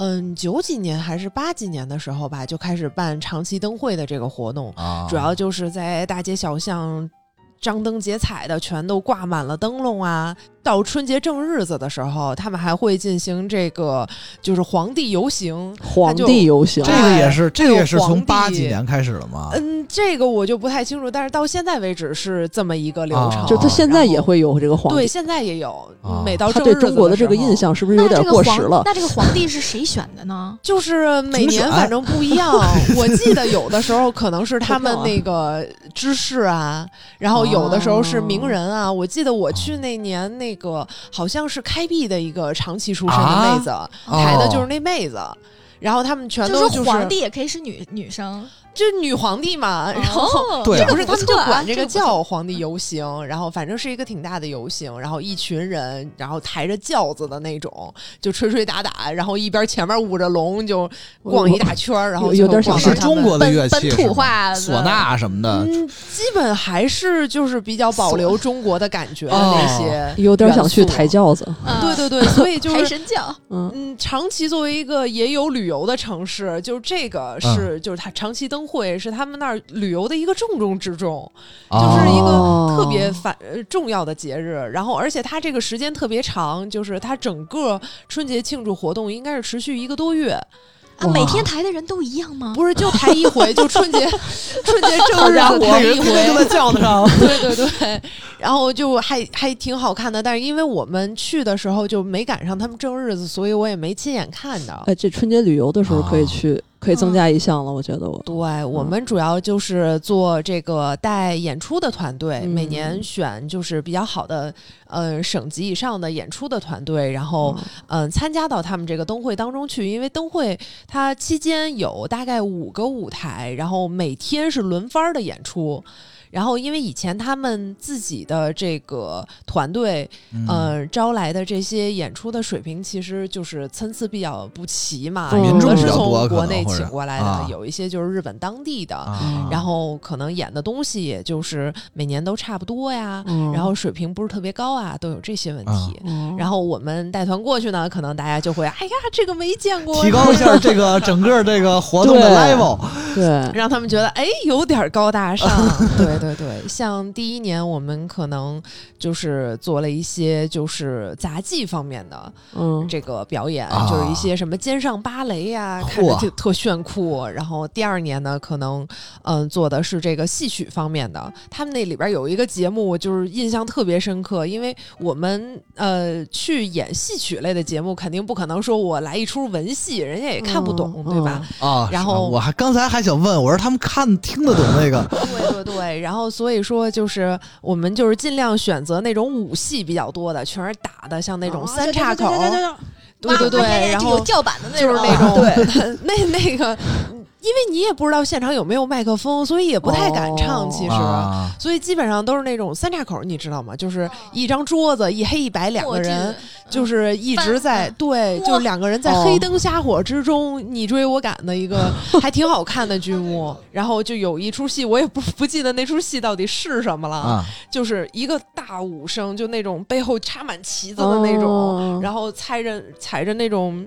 90几年还是80几年的时候吧，就开始办长崎灯会的这个活动，主要就是在大街小巷张灯结彩的，全都挂满了灯笼啊。到春节正日子的时候，他们还会进行这个就是皇帝游行。 皇帝游行， 这个也是从80几年开始了吗？ 这个我就不太清楚，但是到现在为止是这么一个流程。 就他现在也会有这个皇帝， 对，现在也有。每到正日子的时候， 他对中国的这个印象是不是有点过时了？ 那这个皇帝是谁选的呢？ 就是每年反正不一样。我记得有的时候可能是他们那个知识啊，然后有的时候是名人啊。我记得我去那年那个好像是开闭的一个长崎出身的妹子，抬的就是那妹子。然后他们全都就是皇帝也可以是女生。 就是女皇帝嘛，然后对， 不是他们就管这个叫皇帝游行，然后反正是一个挺大的游行，然后一群人，然后抬着轿子的那种，就吹吹打打，然后一边前面舞着龙就逛一大圈，然后有点像是中国的乐器， 本土化唢呐什么的， 基本还是就是比较保留中国的感觉的那些， 有点想去抬轿子， 对对对，所以就是抬神轿， 长崎作为一个也有旅游的城市，就是这个是就是它长崎灯会是他们那儿旅游的一个重中之重，就是一个特别重要的节日。然后而且它这个时间特别长，就是它整个春节庆祝活动应该是持续1个多月。 每天抬的人都一样吗？ 不是，就抬一回，就春节正日抬一回， 就在轿子上。 对对对，然后就还挺好看的。但是因为我们去的时候就没赶上他们正日子，所以我也没亲眼看到。 这春节旅游的时候可以去。可以增加一项了，我觉得对，我们主要就是做这个带演出的团队，每年选就是比较好的省级以上的演出的团队，然后参加到他们这个灯会当中去。因为灯会它期间有大概5个舞台，然后每天是轮番的演出。然后因为以前他们自己的这个团队招来的这些演出的水平其实就是参差比较不齐嘛，有的是从国内请过来的，有一些就是日本当地的，然后可能演的东西也就是每年都差不多呀，然后水平不是特别高啊，都有这些问题。然后我们带团过去呢，可能大家就会哎呀这个没见过， 提高一下这个整个这个活动的 level， 对， 让他们觉得哎有点高大上。对对对，像第1年我们可能就是做了一些就是杂技方面的这个表演，就是一些什么肩上芭蕾呀，看着特炫酷。然后第2年呢，可能做的是这个戏曲方面的。他们那里边有一个节目，就是印象特别深刻，因为我们去演戏曲类的节目，肯定不可能说我来一出文戏，人家也看不懂，对吧？然后我刚才还想问，我说他们听得懂那个？ 对对对，然后所以说就是我们就是尽量选择那种武戏比较多的，全是打的，像那种3岔口，对对对，然后有叫板的那种，就是那种对那个。因为你也不知道现场有没有麦克风，所以也不太敢唱。其实，所以基本上都是那种3岔口，你知道吗？就是一张桌子，一黑一白2个人，就是一直在对，就是2个人在黑灯瞎火之中你追我赶的一个还挺好看的剧目。然后就有一出戏，我也不记得那出戏到底是什么了，就是一个大武生，就那种背后插满旗子的那种，然后踩着那种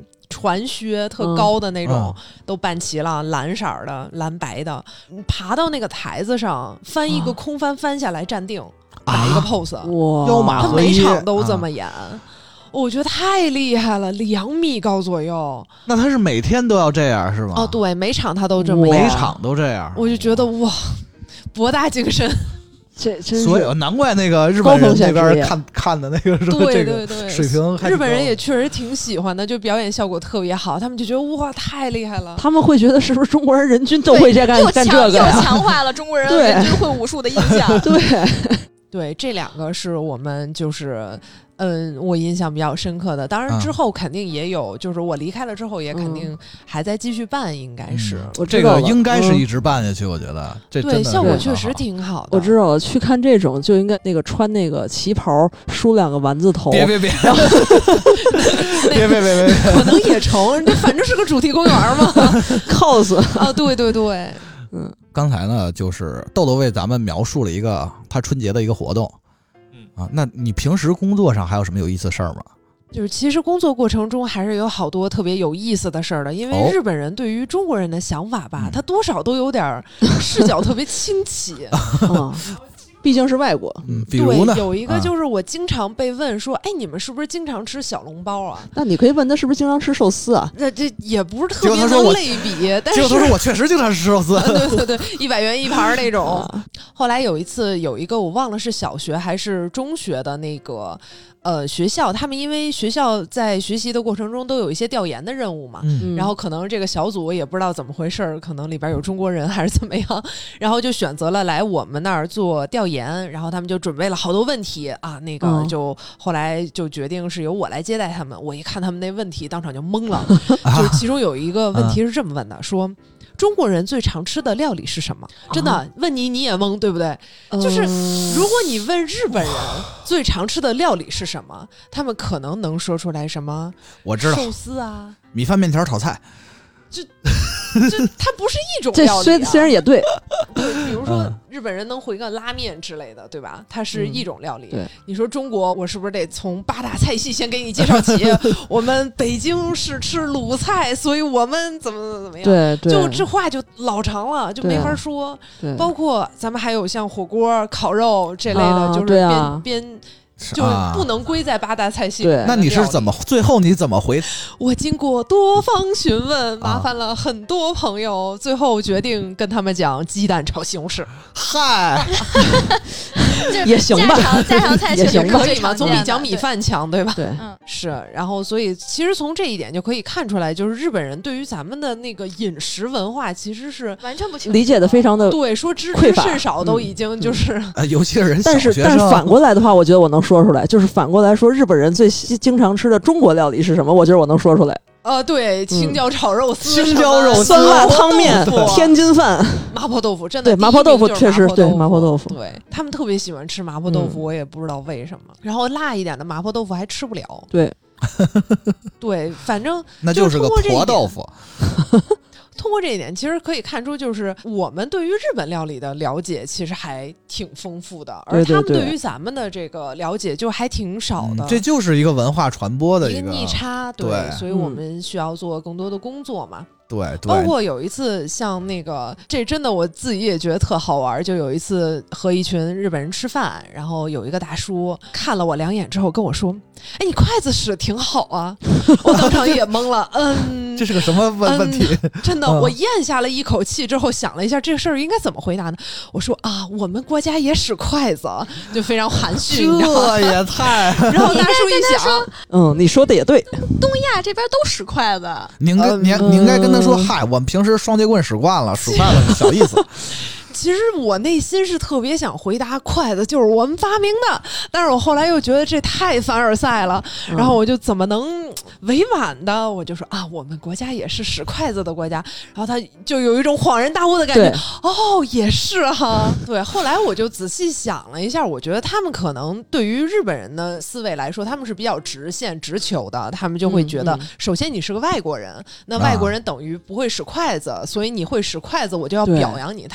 船靴特高的那种，都办齐了，蓝色的、蓝白的，爬到那个台子上，翻一个空翻，翻下来站定，摆一个 pose， 哇， 腰马他每合一， 场都这么演。我觉得太厉害了，2米高左右。 那他是每天都要这样是吗？ 哦，对，每场他都这么演， 每场都这样。 我就觉得哇，博大精深。 这真是， 所以难怪那个日本人那边看的那个说对这个水平还， 日本人也确实挺喜欢的，就表演效果特别好，他们就觉得哇太厉害了。 他们会觉得是不是中国人人均都会干这个呀？ 又强化了中国人人均会武术的印象。 对，这2个是我们就是我印象比较深刻的。当然之后肯定也有，就是我离开了之后也肯定还在继续办，应该是。 这个应该是一直办下去，我觉得这对效果确实挺好的。 我知道了，去看这种就应该那个穿那个旗袍，梳2个丸子头。 别，然后别， 可能也成，这反正是个主题公园嘛 ，cos 啊，对， 刚才呢，就是豆豆为咱们描述了一个他春节的一个活动，那你平时工作上还有什么有意思的事儿吗？ 就是其实工作过程中还是有好多特别有意思的事儿的，因为日本人对于中国人的想法吧，他多少都有点视角特别清奇。 毕竟是外国， 比如呢， 对，有一个就是我经常被问说，哎，你们是不是经常吃小笼包啊？ 那你可以问他是不是经常吃寿司啊？ 这也不是特别能类比，但是结果他说我确实经常吃寿司， 对，100元一盘那种。后来有一次有一个我忘了是小学还是中学的那个。学校他们因为学校在学习的过程中都有一些调研的任务嘛，然后可能这个小组也不知道怎么回事，可能里边有中国人还是怎么样，然后就选择了来我们那儿做调研，然后他们就准备了好多问题啊，那个就后来就决定是由我来接待他们。我一看他们那问题，当场就懵了，就是其中有一个问题是这么问的，说中国人最常吃的料理是什么？真的问你也懵，对不对？就是如果你问日本人最常吃的料理是什么，他们可能能说出来什么？ 我知道， 寿司啊， 米饭面条炒菜。 这它不是一种料理、 这虽然也对， 比如说日本人能回个拉面之类的，对吧？它是一种料理。你说中国，我是不是得从8大菜系先给你介绍起？我们北京是吃鲁菜，所以我们怎么样？ 对， 就这话就老长了，就没法说。包括咱们还有像火锅、烤肉这类的，就是边。就不能归在8大菜系。 那你是最后你怎么回？ 我经过多方询问，麻烦了很多朋友，最后决定跟他们讲鸡蛋炒西红柿。 嗨， 也行吧， 家常菜确实可以嘛，总比讲米饭强，对吧？ 对， 是。然后，所以其实从这一点就可以看出来，就是日本人对于咱们的那个饮食文化其实是完全不清楚， 理解的非常的对，说知之甚少都已经就是尤其是人但是反过来的话，我觉得我能说出来，就是反过来说，日本人最经常吃的中国料理是什么？我觉得我能说出来。 对，青椒炒肉丝、 青椒肉丝、酸辣汤面、天津饭、 麻婆豆腐，真的对麻婆豆腐确实对麻婆豆腐， 对他们特别喜欢吃麻婆豆腐，我也不知道为什么。然后辣一点的麻婆豆腐还吃不了。 对， 对，反正那就是个婆豆腐。 通过这一点，其实可以看出，就是我们对于日本料理的了解其实还挺丰富的，而他们对于咱们的这个了解就还挺少的。 这就是一个文化传播的一个逆差，对，所以我们需要做更多的工作嘛。 对， 包括有一次像那个，这真的我自己也觉得特好玩，就有一次和一群日本人吃饭，然后有一个大叔看了我2眼之后跟我说：“哎，你筷子使得挺好啊！”我当场也懵了， 这是个什么问题？ 真的，我咽下了一口气之后想了一下，这个事儿应该怎么回答呢？我说啊，我们国家也使筷子，就非常含蓄， 这也太…… 然后大叔一想， 你说的也对， 东亚这边都使筷子， 你应该跟他说，嗨，我们平时双截棍使惯了，使筷子小意思。 其实我内心是特别想回答筷子就是我们发明的，但是我后来又觉得这太凡尔赛了，然后我就怎么能委婉的，我就说啊，我们国家也是使筷子的国家，然后他就有一种恍然大悟的感觉，哦，也是哈，对。后来我就仔细想了一下，我觉得他们可能对于日本人的思维来说，他们是比较直线直球的，他们就会觉得，首先你是个外国人，那外国人等于不会使筷子，所以你会使筷子，我就要表扬你。他们也特别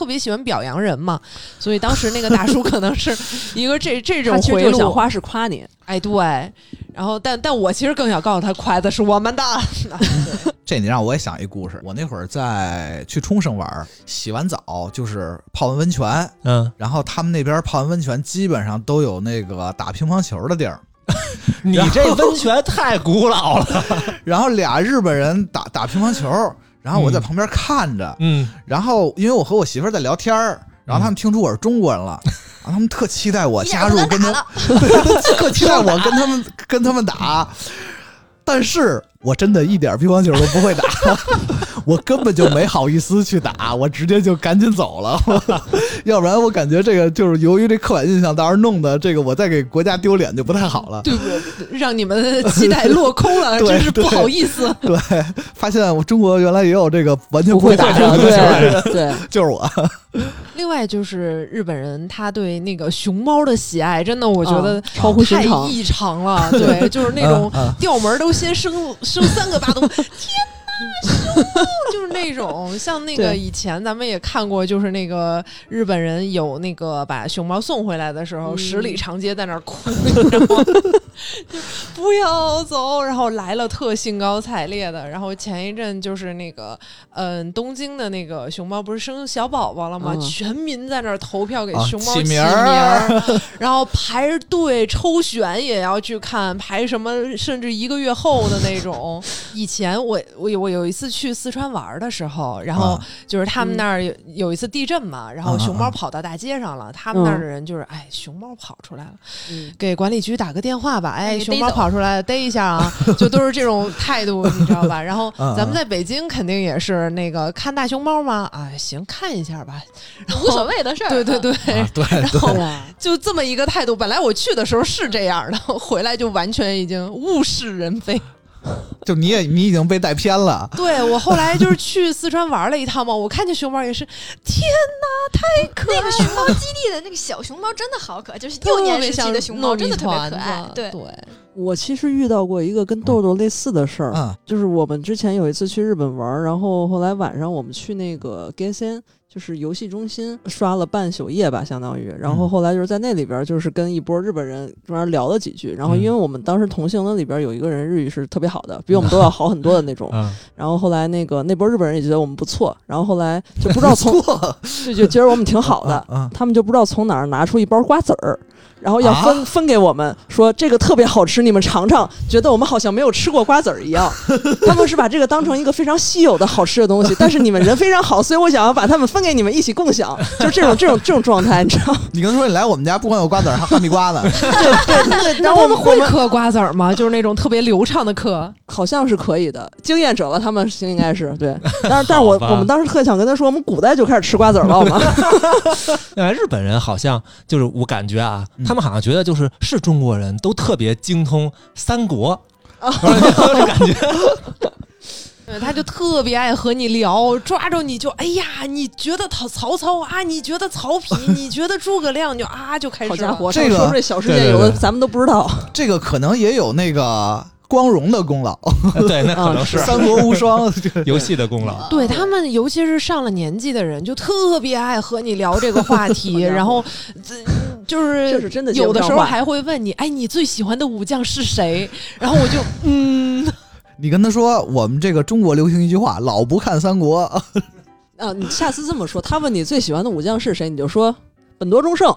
别喜欢表扬人嘛，所以当时那个大叔可能是一个这种回路，他其实就想花式夸你， 哎，对，然后但我其实更想告诉他，筷子是我们的。 这你让我也想一故事，我那会儿在去冲绳玩，洗完澡就是泡完温泉，然后他们那边泡完温泉基本上都有那个打乒乓球的地儿。 你这温泉太古老了。 然后俩日本人打乒乓球，然后我在旁边看着，然后因为我和我媳妇在聊天，然后他们听出我是中国人了，然后他们特期待我加入跟他，特期待我跟他们打。但是我真的一点乒乓球都不会打，我根本就没好意思去打，我直接就赶紧走了。要不然我感觉这个就是由于这刻板印象，到时候弄的这个我再给国家丢脸就不太好了。 对，让你们的期待落空了，真是不好意思。 对，发现我中国原来也有这个完全不会打乒乓球的人， 对， 就是我。 另外就是日本人他对那个熊猫的喜爱，真的我觉得超乎寻常， 太异常了。对，就是那种调门都先生3个八度，天哪，熊猫就是那种像那个以前咱们也看过，就是那个日本人有那个把熊猫送回来的时候，10里长街在那儿哭，然后不要走，然后来了特兴高采烈的。然后前一阵就是那个东京的那个熊猫不是生小宝宝了吗？全民在那儿投票给熊猫起名然后排着队抽选也要去看，排什么甚至1个月后的那种。以前我有一次去四川玩的时候，然后就是他们那儿有一次地震嘛，然后熊猫跑到大街上了，他们那儿的人就是熊猫跑出来了，给管理局打个电话吧，熊猫跑出来逮一下啊，就都是这种态度，你知道吧？然后咱们在北京肯定也是那个看大熊猫吗？行，看一下吧， 无所谓的事儿。 对对对， 对， 然后就这么一个态度。本来我去的时候是这样的，回来就完全已经物是人非。 就你已经被带偏了。 对，我后来就是去四川玩了一趟嘛，我看见熊猫也是，天哪，太可爱了！ 那个熊猫基地的那个小熊猫真的好可爱，就是幼年时期的熊猫真的特别可爱。对， 我其实遇到过一个跟豆豆类似的事儿，就是我们之前有一次去日本玩，然后后来晚上我们去那个 Gesen， 就是游戏中心刷了半宿夜吧，相当于。然后后来就是在那里边，就是跟一波日本人专门聊了几句。然后因为我们当时同行的里边有一个人日语是特别好的，比我们都要好很多的那种。然后后来那波日本人也觉得我们不错，然后后来就不知道就觉得我们挺好的，他们就不知道从哪儿拿出一包瓜子儿。然后要分给我们，说这个特别好吃，你们尝尝，觉得我们好像没有吃过瓜子儿一样。他们是把这个当成一个非常稀有的好吃的东西，但是你们人非常好，所以我想要把它们分给你们一起共享，就是这种状态，你知道？ 你跟他说你来我们家，不光有瓜子儿，还哈密瓜呢。 对。然后我们会嗑瓜子儿吗？就是那种特别流畅的嗑， 好像是可以的。经验者了，他们应该是对。但是我们当时特想跟他说，我们古代就开始吃瓜子儿了，好吗？ 日本人好像就是我感觉啊。他们好像觉得是中国人都特别精通三国，这感觉。 对，他就特别爱和你聊，抓着你就哎呀，你觉得曹操啊，你觉得曹丕，你觉得诸葛亮，就开始。 好家伙， 这个说这小世界有的咱们都不知道。 这个可能也有那个光荣的功劳， 对，那可能是三国无双游戏的功劳。 对，他们尤其是上了年纪的人，就特别爱和你聊这个话题，然后就是真的有的时候还会问你，你最喜欢的武将是谁？然后我就你跟他说，我们这个中国流行一句话，老不看三国。 你下次这么说，他问你最喜欢的武将是谁，你就说本多忠胜。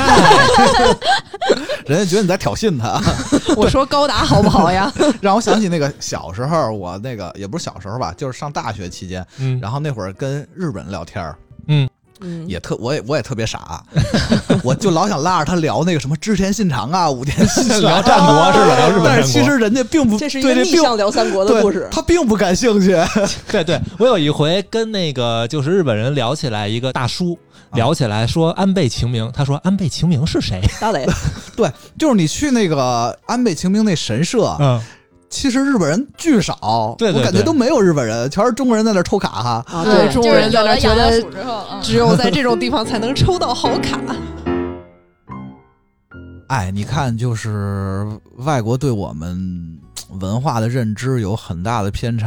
人家觉得你在挑衅他。 我说高达好不好呀？ 让我想起那个小时候，我那个也不是小时候吧，就是上大学期间，然后那会儿跟日本人聊天，我也特别傻，我就老想拉着他聊那个什么织田信长啊、武田信玄， 聊战国是吧？聊日本战国。 但是其实人家并不， 这是一个逆向聊三国的故事， 他并不感兴趣。 对，我有一回跟那个就是日本人聊起来，一个大叔聊起来说安倍晴明，他说安倍晴明是谁？ 大磊， 对，就是你去那个安倍晴明那神社，其实日本人巨少， 对， 我感觉都没有日本人，全是中国人在那抽卡哈。 对，中国人在那觉得只有在这种地方才能抽到好卡。 你看，就是外国对我们文化的认知有很大的偏差。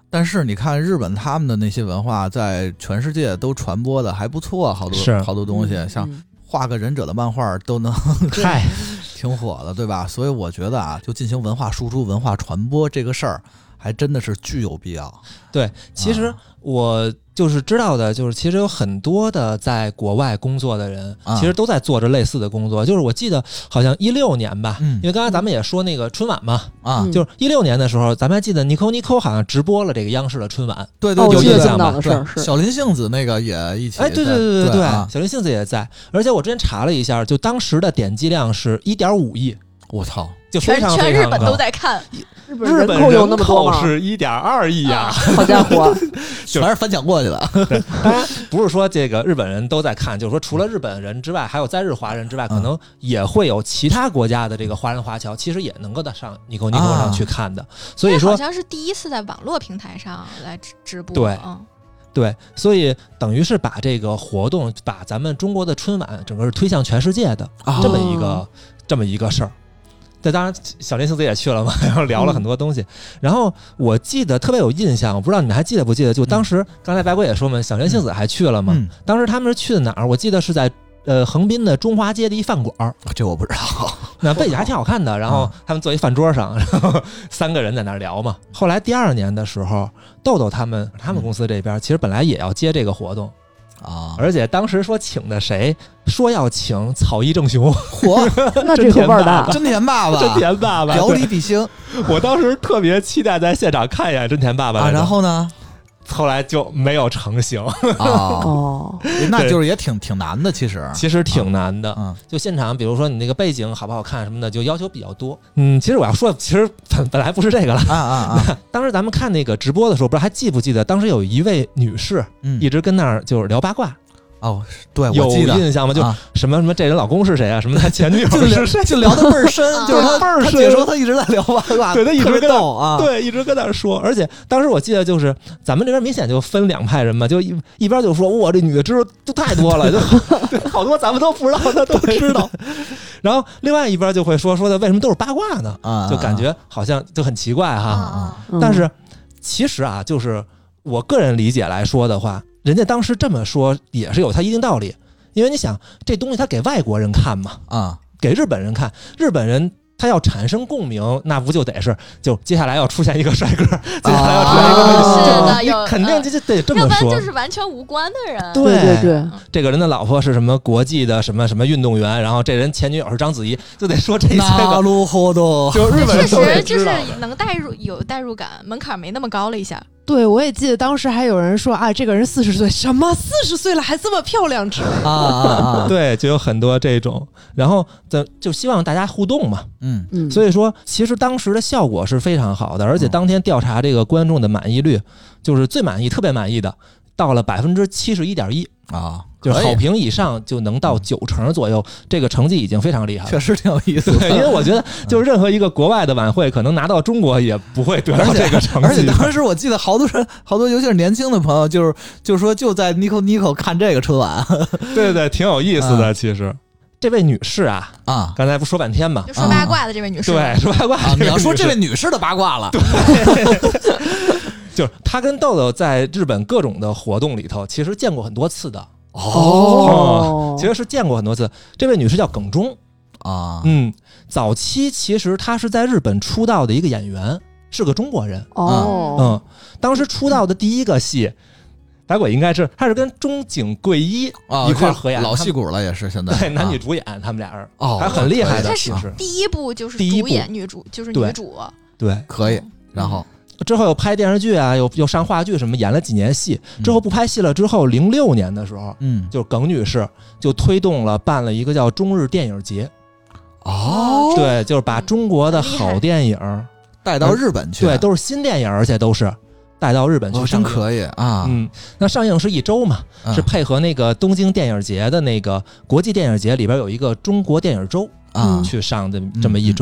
但是你看日本他们的那些文化在全世界都传播的还不错，好多东西，像画个忍者的漫画都能挺火的，对吧？所以我觉得啊，就进行文化输出、文化传播这个事儿，还真的是具有必要。 对，其实我就是知道的，就是其实有很多的在国外工作的人，其实都在做着类似的工作。就是我记得好像16年吧，因为刚才咱们也说那个春晚嘛，就是16年的时候，咱们还记得 Nico 好像直播了这个央视的春晚， 对， 有印象吧？ 小林幸子那个也一起， 对，小林幸子也在。而且我之前查了一下，就当时的点击量是1.5亿， 我操！ 就非常全日本都在看， 日本人口有那么多吗？ 是1.2亿呀！ 好家伙， 全是翻墙过去的。 对，当然不是说这个日本人都在看，就是说除了日本人之外，还有在日华人之外，可能也会有其他国家的这个华人华侨，其实也能够上Nico 上去看的。所以说， 好像是第一次在网络平台上来直播。 对。对，所以等于是把这个活动，把咱们中国的春晚整个是推向全世界的这么一个事儿。这当然，小林幸子也去了嘛，然后聊了很多东西。然后我记得特别有印象，我不知道你们还记得不记得？就当时刚才白龟也说嘛，小林幸子还去了嘛。当时他们是去的哪儿？我记得是在横滨的中华街的一饭馆， 这我不知道。 那背景还挺好看的。然后他们坐一饭桌上，然后3个人在那儿聊嘛。后来第2年的时候，豆豆他们公司这边其实本来也要接这个活动。而且当时说请的谁，说要请草薙正雄， 那这口味儿大， 真田爸爸，表里比心。 我当时特别期待在现场看一眼真田爸爸， 然后呢？ 后来就没有成型那就是也挺难的，其实挺难的。就现场，比如说你那个背景好不好看什么的，就要求比较多。其实我要说，其实本来不是这个了当时咱们看那个直播的时候，不知道还记不记得，当时有一位女士一直跟那儿就是聊八卦。 对， 有印象吗？就什么这人老公是谁啊？什么他前女友是谁？ 就聊得倍儿深，就是他倍儿深。解说他一直在聊八卦， 对他一直逗啊， 对，一直跟那儿说。而且当时我记得就是咱们这边明显就分2派人嘛，就一边就说哇这女的知道都太多了，就好多咱们都不知道，他都知道。然后另外一边就会说的为什么都是八卦呢？就感觉好像就很奇怪哈。但是其实啊，就是我个人理解来说的话。人家当时这么说也是有他一定道理，因为你想这东西他给外国人看嘛，给日本人看，日本人他要产生共鸣，那不就得是就接下来要出现一个帅哥，接下来要出现一个是的， 肯定就得这么说，要不然就是完全无关的人。 对，这个人的老婆是什么国际的什么运动员，然后这人前女友是章子怡，就得说这些个。就日本人确实就是能有代入感，门槛没那么高了一下。 对，我也记得当时还有人说这个人40岁，什么40岁了还这么漂亮之类的对，就有很多这种，然后就希望大家互动嘛，所以说其实当时的效果是非常好的，而且当天调查这个观众的满意率，就是最满意、特别满意的，到了71.1%就是好评以上就能到90%左右，这个成绩已经非常厉害了， 确实挺有意思的。 因为我觉得，就是任何一个国外的晚会，可能拿到中国也不会得到这个成绩。 而且当时我记得好多人，尤其是年轻的朋友，就是说就在 Nico 看这个春晚， 对，挺有意思的。其实这位女士啊，刚才不说半天嘛， 就说八卦的这位女士， 对，说八卦。 你要说这位女士的八卦了， 对。就是她跟豆豆在日本各种的活动里头，其实见过很多次的。其实是见过很多次。这位女士叫耿忠早期其实她是在日本出道的一个演员，是个中国人。当时出道的第一个戏，白鬼应该是她是跟中井贵一一块合演， 老戏骨了也是现在。 对，男女主演他们俩人还很厉害的。其实第一部就是主演女主，就是女主。 对， 可以。然后。 之后又拍电视剧啊，又上话剧什么，演了几年戏。之后不拍戏了之后，06年的时候，就是耿女士就推动了办了一个叫中日电影节。对，就是把中国的好电影带到日本去。 对，都是新电影，而且都是带到日本去上映。 真可以啊！ 那上映是1周嘛，是配合那个东京电影节的那个国际电影节里边有一个中国电影周去上的这么1周。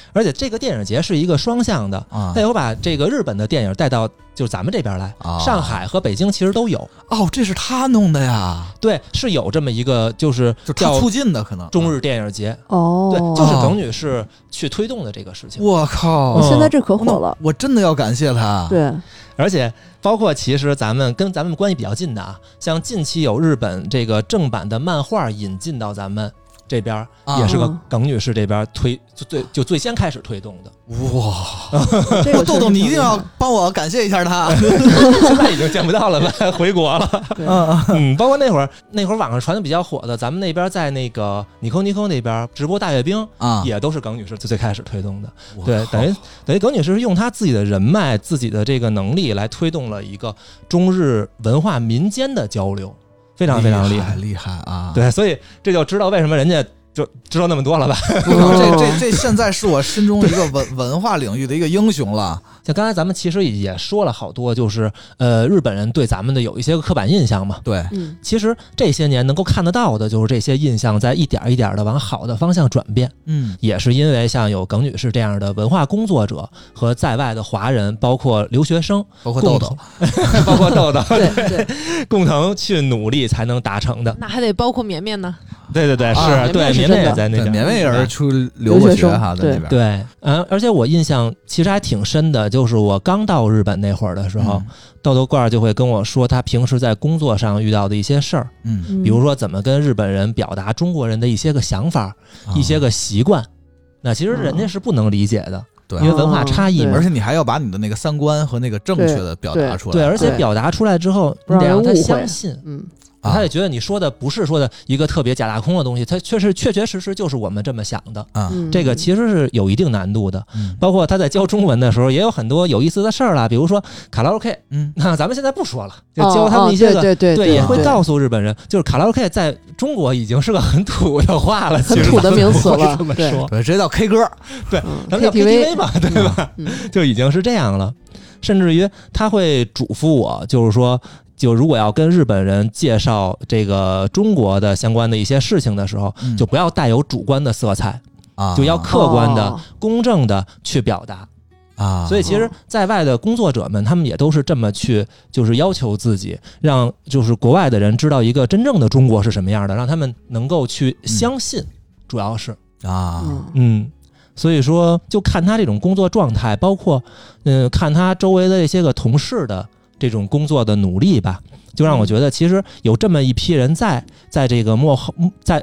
而且这个电影节是一个双向的，它有把这个日本的电影带到就是咱们这边来，上海和北京其实都有。 哦，这是他弄的呀？ 对，是有这么一个就是叫促进的可能中日电影节。 哦， 对，就是耿女士去推动的这个事情。 我靠， 现在这可火了， 我真的要感谢他。 对， 而且包括其实咱们跟咱们关系比较近的啊，像近期有日本这个正版的漫画引进到咱们这边，也是个耿女士这边最先开始推动的。 哇，这个豆豆你一定要帮我感谢一下他。 现在已经见不到了吧？回国了。包括那会儿网上传的比较火的，咱们那边在那个尼扣那边直播大阅兵也都是耿女士最开始推动的。对，等于耿女士是用她自己的人脉、自己的这个能力来推动了一个中日文化民间的交流，非常非常厉害啊！ 对，所以这就知道为什么人家就知道那么多了吧？ 这现在是我心中一个文化领域的一个英雄了。 像刚才咱们其实也说了好多，就是日本人对咱们的有一些个刻板印象嘛。 对， 其实这些年能够看得到的，就是这些印象在一点一点的往好的方向转变。也是因为像有耿女士这样的文化工作者和在外的华人，包括留学生， 包括豆豆， 对，共同去努力才能达成的。 那还得包括绵绵呢。 对，是对，绵绵也在那边， 绵绵也是去留过学哈，在那边。 对，而且我印象其实还挺深的，就是我刚到日本那会儿的时候，豆豆罐就会跟我说他平时在工作上遇到的一些事儿，比如说怎么跟日本人表达中国人的一些个想法、一些个习惯，那其实人家是不能理解的。 对， 因为文化差异嘛， 而且你还要把你的那个三观和那个正确的表达出来。 对，而且表达出来之后，你得让他相信。他也觉得你说的不是说的一个特别假大空的东西，他确实就是我们这么想的。这个其实是有一定难度的。包括他在教中文的时候，也有很多有意思的事儿啦，比如说卡拉 OK，那咱们现在不说了，就教他们一些个， 对， 也会告诉日本人，就是卡拉 OK 在中国已经是个很土的话了， 很土的名词了。 这么说， 对，直接叫 K 歌， 对，咱们叫 KTV 嘛，对吧？就已经是这样了。甚至于他会嘱咐我，就是说，就如果要跟日本人介绍这个中国的相关的一些事情的时候，就不要带有主观的色彩，就要客观的、公正的去表达。所以其实在外的工作者们，他们也都是这么去，就是要求自己，让就是国外的人知道一个真正的中国是什么样的，让他们能够去相信，主要是所以说，就看他这种工作状态，包括看他周围的这些个同事的这种工作的努力吧，就让我觉得，其实有这么一批人在这个幕后，在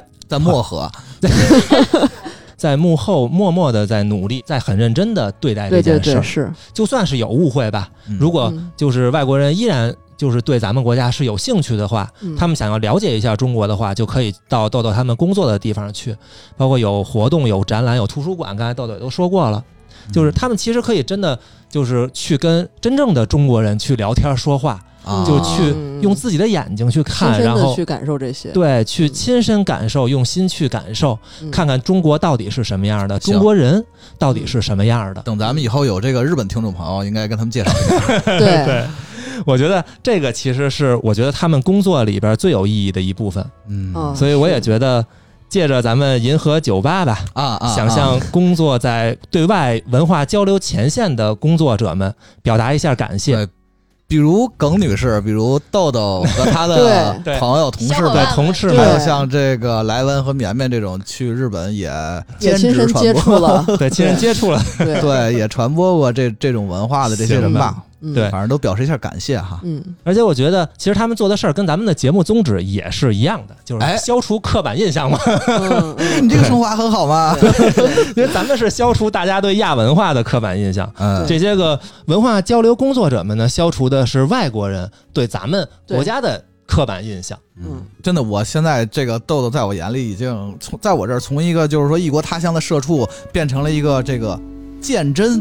幕后默默的在努力，在很认真的对待这件事。 对，是， 就算是有误会吧，如果就是外国人依然就是对咱们国家是有兴趣的话，他们想要了解一下中国的话，就可以到豆豆他们工作的地方去，包括有活动、有展览、有图书馆，刚才豆豆也都说过了，就是他们其实可以真的就是去跟真正的中国人去聊天说话，就去用自己的眼睛去看，然后去感受这些， 对，去亲身感受，用心去感受，看看中国到底是什么样的，中国人到底是什么样的。 等咱们以后有这个日本听众朋友，应该跟他们介绍一下。 对。我觉得这个其实是我觉得他们工作里边最有意义的一部分，所以我也觉得借着咱们银河98吧，想向工作在对外文化交流前线的工作者们表达一下感谢。 比如耿女士，比如豆豆和他的朋友、同事们，还有像这个莱文和绵绵这种去日本也兼职传播了， 对，亲身接触了， 对，也传播过这种文化的这些人吧。对，反正都表示一下感谢哈。 而且我觉得其实他们做的事儿跟咱们的节目宗旨也是一样的，就是消除刻板印象嘛。 你这个说法很好嘛， 因为咱们是消除大家对亚文化的刻板印象，这些个文化交流工作者们呢，消除的是外国人对咱们国家的刻板印象。 真的，我现在这个豆豆在我眼里已经在我这儿从一个就是说异国他乡的社畜变成了一个这个鉴真。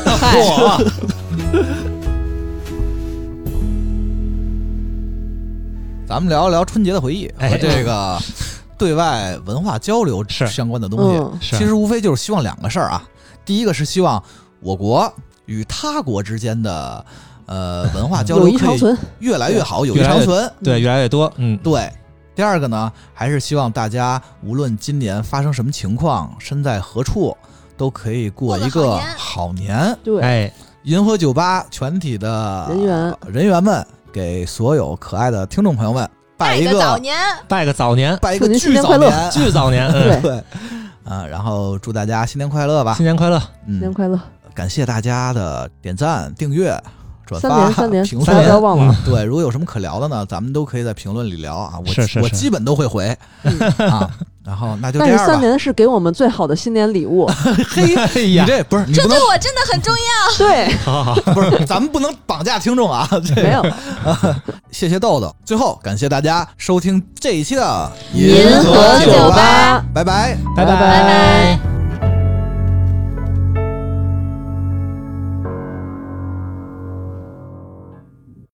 咱们聊一聊春节的回忆和这个对外文化交流相关的东西，其实无非就是希望两个事儿啊。第一个是希望我国与他国之间的文化交流可以越来越好，友谊长存， 对，越来越多。 对。第二个呢，还是希望大家无论今年发生什么情况，身在何处， 都可以过一个好年。 对， 银河酒吧全体的人员们，给所有可爱的听众朋友们拜个早年， 拜个早年， 拜一个巨早年， 巨早年。 对，然后祝大家新年快乐吧！ 新年快乐， 新年快乐！ 感谢大家的点赞、订阅、转发、评论， 不要忘了。 对，如果有什么可聊的呢，咱们都可以在评论里聊啊。我基本都会回啊。然后那就这样吧。 但是3年是给我们最好的新年礼物。 嘿呀，你这不是这对我真的很重要。 对， 好， 不是咱们不能绑架听众啊。 没有。 谢谢豆豆。最后感谢大家收听这一期的银河酒吧， 拜拜， 拜拜。